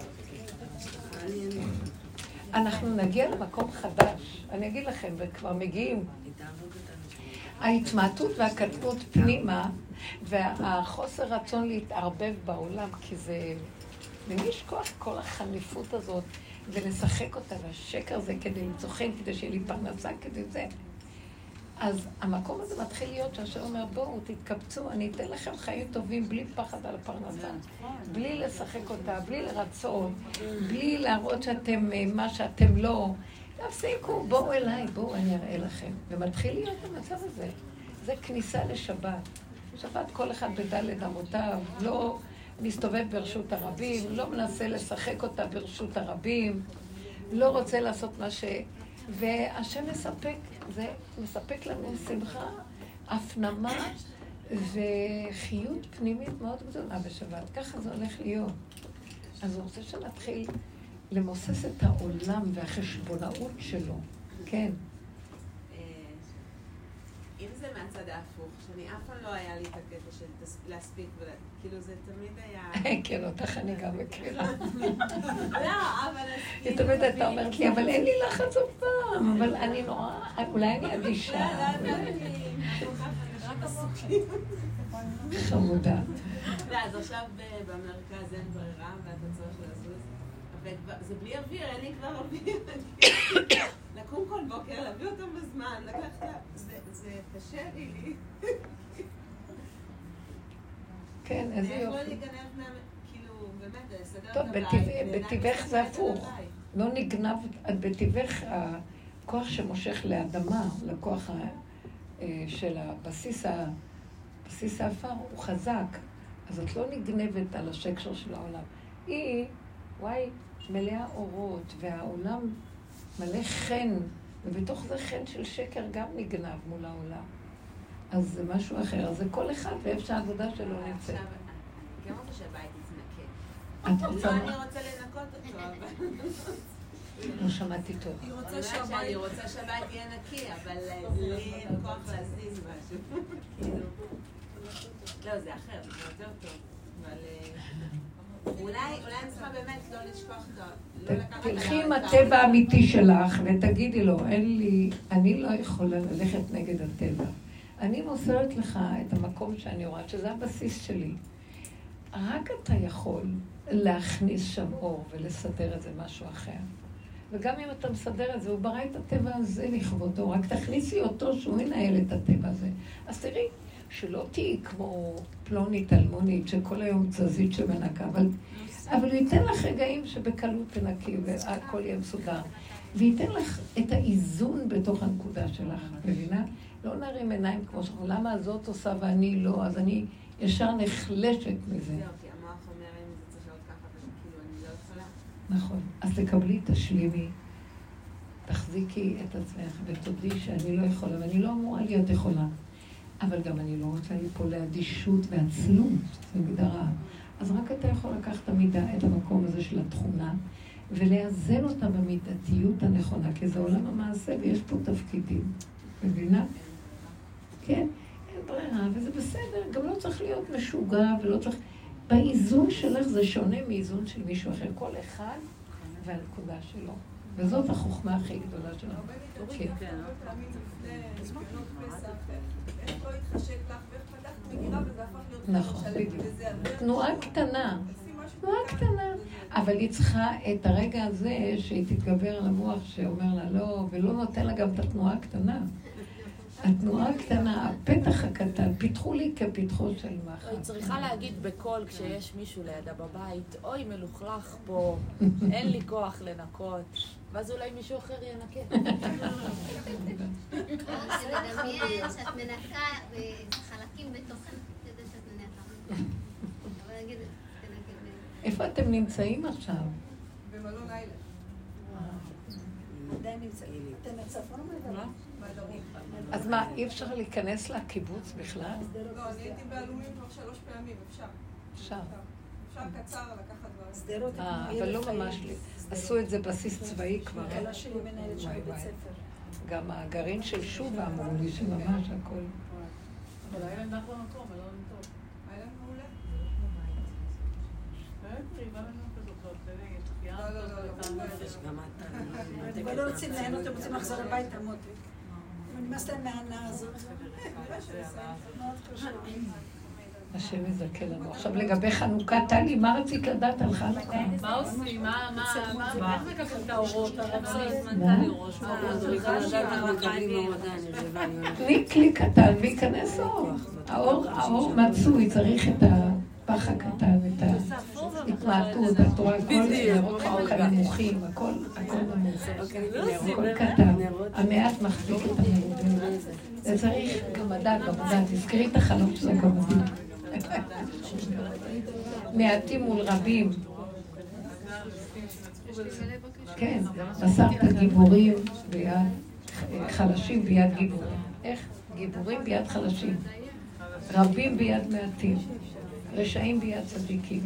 אנחנו נגיע למקום חדש, אני אגיד לכם, וכבר מגיעים. ההתמעטות והקטנות פנימה, והחוסר רצון להתערבב בעולם, כי זה... למי יש כוח כל החניפות הזאת, ולשחק אותה, והשקר הזה כדי למצוא חן, כדי שיהיה לי פרנסה, כדי זה. אז המקום הזה מתחיל להיות שהשם אומר, בואו, תתקבצו, אני אתן לכם חיים טובים בלי פחד על הפרנסה, בלי לשחק אותה, בלי לרצות, בלי להראות שאתם מה שאתם לא. תפסיקו, בואו אליי, בואו, אני אראה לכם. ומתחיל להיות המצב הזה. זה כניסה לשבת. שבת כל אחד בדלת אמותיו, לא מסתובב ברשות הרבים, לא מנסה לשחק אותה ברשות הרבים, לא רוצה לעשות מה ש... והשם מספק, זה מספק לנו שמחה, הפנמה וחיות פנימית מאוד גדולה בשבת. ככה זה הולך להיות. אז הוא רוצה שנתחיל למוסס את העולם והחשבונאות שלו. כן. אם זה מהצד ההפוך, שאני אף פעם לא היה לי את הקטע של להספיק, כאילו זה תמיד היה... כן, אותך אני גם מכירה. לא, אבל... היא תמיד הייתה אומרת לי, אבל אין לי לחץ אף פעם, אבל אני נורא, אולי אני אדישה. חמודה. לא, אז עכשיו במרכז אין ברירה, ואתה צריך לזוז. זה בלי אוויר, אין לי כבר אוויר. לקום כל בוקר, להביא אותם בזמן, לקחת... זה קשה לי. כן, איזה יופי. יופי. כאילו, באמת, לסדר טוב, בטבעך זה הפוך. לא נגנב, בטבעך הכוח שמושך לאדמה, לכוח של הבסיס האפר, הוא חזק. אז את לא נגנבת על השקר של העולם. היא, וואי, מלאה אורות, והעולם מלא חן, ובתוך זה חן של שקר גם נגנב מול העולם. אז זה משהו אחר, אז זה כל אחד, ואיפה שהעבודה שלו נמצאת. גם רוצה שהבית יתנקה. את רוצה? לא, אני רוצה לנקות אותו, אבל... לא שמעתי טוב. היא רוצה אני שהבית... רוצה שהבית יהיה נקי, אבל לי אין כוח להזיז משהו. לא, זה אחר, זה יותר טוב. אבל... אולי אני צריכה באמת לא לשכוח אותו. תלכי עם הטבע האמיתי שלך ותגידי לו, אני לא יכולה ללכת נגד הטבע. אני מוסרת לך את המקום שאני רואה, שזה הבסיס שלי. רק אתה יכול להכניס שם אור ולסדר את זה משהו אחר. וגם אם אתה מסדר את זה, הוא ברא את הטבע הזה לכבודו, רק תכניסי אותו שהוא ינהל את הטבע הזה. אז תראי, שלא תהיי כמו פלונית אלמונית, שכל היום תזזית שמנקה, אבל הוא ייתן לך רגעים שבקלות תנקי והכל יהיה מסודר. וייתן לך את האיזון בתוך הנקודה שלך, מבינה? לא נרים עיניים כמו שאנחנו, למה הזאת עושה ואני לא, אז אני ישר נחלשת מזה. זהו, כי המוח אומר אם זה צריך להיות ככה, וכאילו אני לא יכולה. נכון, אז תקבלי, תשלימי, תחזיקי את עצמך ותודי שאני לא יכולה, ואני לא אמורה להיות יכולה. אבל גם אני לא רוצה ליפול לאדישות ועצלות, זה מגדרה. אז רק אתה יכול לקחת את המידה, את המקום הזה של התכונה, ולאזן אותה במידתיות הנכונה, כי זה עולם המעשה ויש פה תפקידים. מבינה? כן, אין ברירה, וזה בסדר, גם לא צריך להיות משוגע ולא צריך... באיזון שלך זה שונה מאיזון של מישהו אחר, כל אחד והנקודה שלו. וזאת החוכמה הכי גדולה שלנו. הרבה מתארים פעמים לפני ספיונות פסח, איך לא התחשק לך ואיך פתחת מגירה וזה הפך להיות נכון, בדיוק. תנועה קטנה, תנועה קטנה. אבל היא צריכה את הרגע הזה שהיא תתגבר על המוח שאומר לה לא, ולא נותן לה גם את התנועה הקטנה. התנועה הקטנה, הפתח הקטן, פיתחו לי כפיתחו של מחר. היא צריכה להגיד בקול כשיש מישהו לידה בבית, אוי מלוכלך פה, אין לי כוח לנקות, ואז אולי מישהו אחר ינקה. לדמיין שאת מנקה וחלקים בתוכן, כדי שאת מנקה. אבל נגיד, תנקה. איפה אתם נמצאים עכשיו? במלון איילנד. עדיין נמצאים. אתם מצפון או מהדרום? מהדרום. אז מה, אי אפשר להיכנס לקיבוץ בכלל? לא, אני הייתי בעלומים כבר 3 פעמים, אפשר. אפשר. אפשר קצר לקחת דברים. סדרות, אבל לא ממש לי. עשו את זה בסיס צבאי כבר. הכלה שלי מנהלת שם בבית ספר. גם הגרעין של שובה אמרו לי שממש הכל. אבל היה להם אחלה מקום, אבל לא נטוב. היה להם מעולה. אתם כבר לא רוצים לעניין אותם, רוצים לחזור הביתה, מוטי. אני נמאס להם מהענה הזאת. מאוד קשה. השם יזכה לנו. עכשיו לגבי חנוכה, טלי, מה רצית לדעת על חנוכה? מה עושים? איך מקבלים את האורות? תני כלי קטן וייכנס אור. האור מצוי, צריך את הפח הקטן, את ההתמעטות, התורה, הכל נרות חוק הנמוכים, הכל נמוך, הכל קטן. המעט מחזיק את המרובים. זה צריך גמדה, תזכרי את החלום של הגמדים. מעטים מול רבים. כן, מסרת גיבורים ביד חלשים ביד גיבורים. איך? גיבורים ביד חלשים. רבים ביד מעטים. רשעים ביד צדיקים.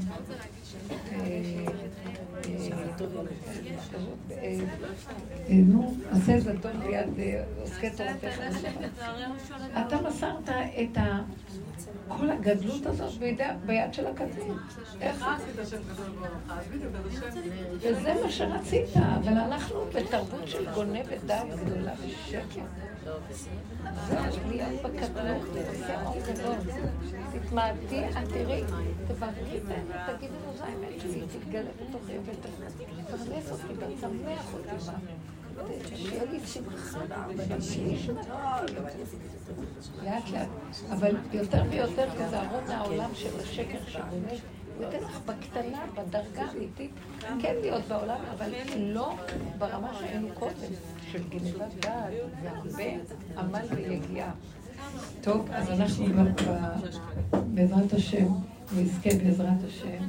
נו, עשה זדון ביד עוסקי תורתך. אתה מסרת את כל הגדלות הזאת ביד של הקטן. איך? וזה מה שרצית, אבל אנחנו בתרבות של גונבת דעת גדולה ושקר. זה להיות בקטנות, זה אור גדול. תתמעטי, תראי, תברכי את האמת, תגידי לו, זה האמת שלי, תתגלה בתוכי ותפרנס אותי, ותשמח אותי בה. שיהיה לי שמחה, לאט לאט. אבל יותר ויותר תזהרו מהעולם של השקר שבאמת, הוא ייתן לך בקטנה, בדרגה אמיתית, כן להיות בעולם, אבל לא ברמה שהיינו קודם, של גנבת דעת והרבה עמל ויגיעה. טוב, אז אנחנו בעזרת השם נזכה בעזרת השם,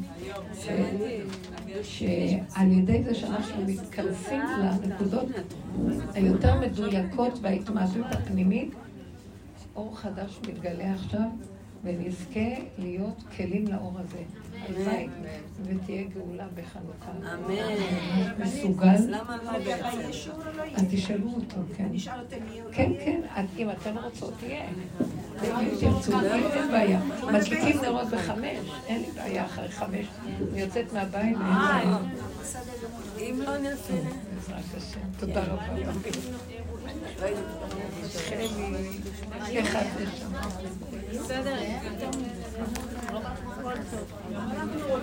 שעל ידי זה שאנחנו מתכנסים לנקודות היותר מדויקות בהתמעטות הפנימית, אור חדש מתגלה עכשיו, ונזכה להיות כלים לאור הזה. הלוואי, ותהיה גאולה בחנוכה. אמן. מסוגל? אז למה לא בעצם? אז תשאלו אותו, כן. כן, כן, אם אתן רוצות, תהיה. אם תרצו, אין בעיה. מדליקים נרות ב5, אין לי בעיה אחרי 5. אני יוצאת מהבית ואין בעיה. אם לא נעשה. בעזרת השם. תודה רבה. אחד לשם. בסדר.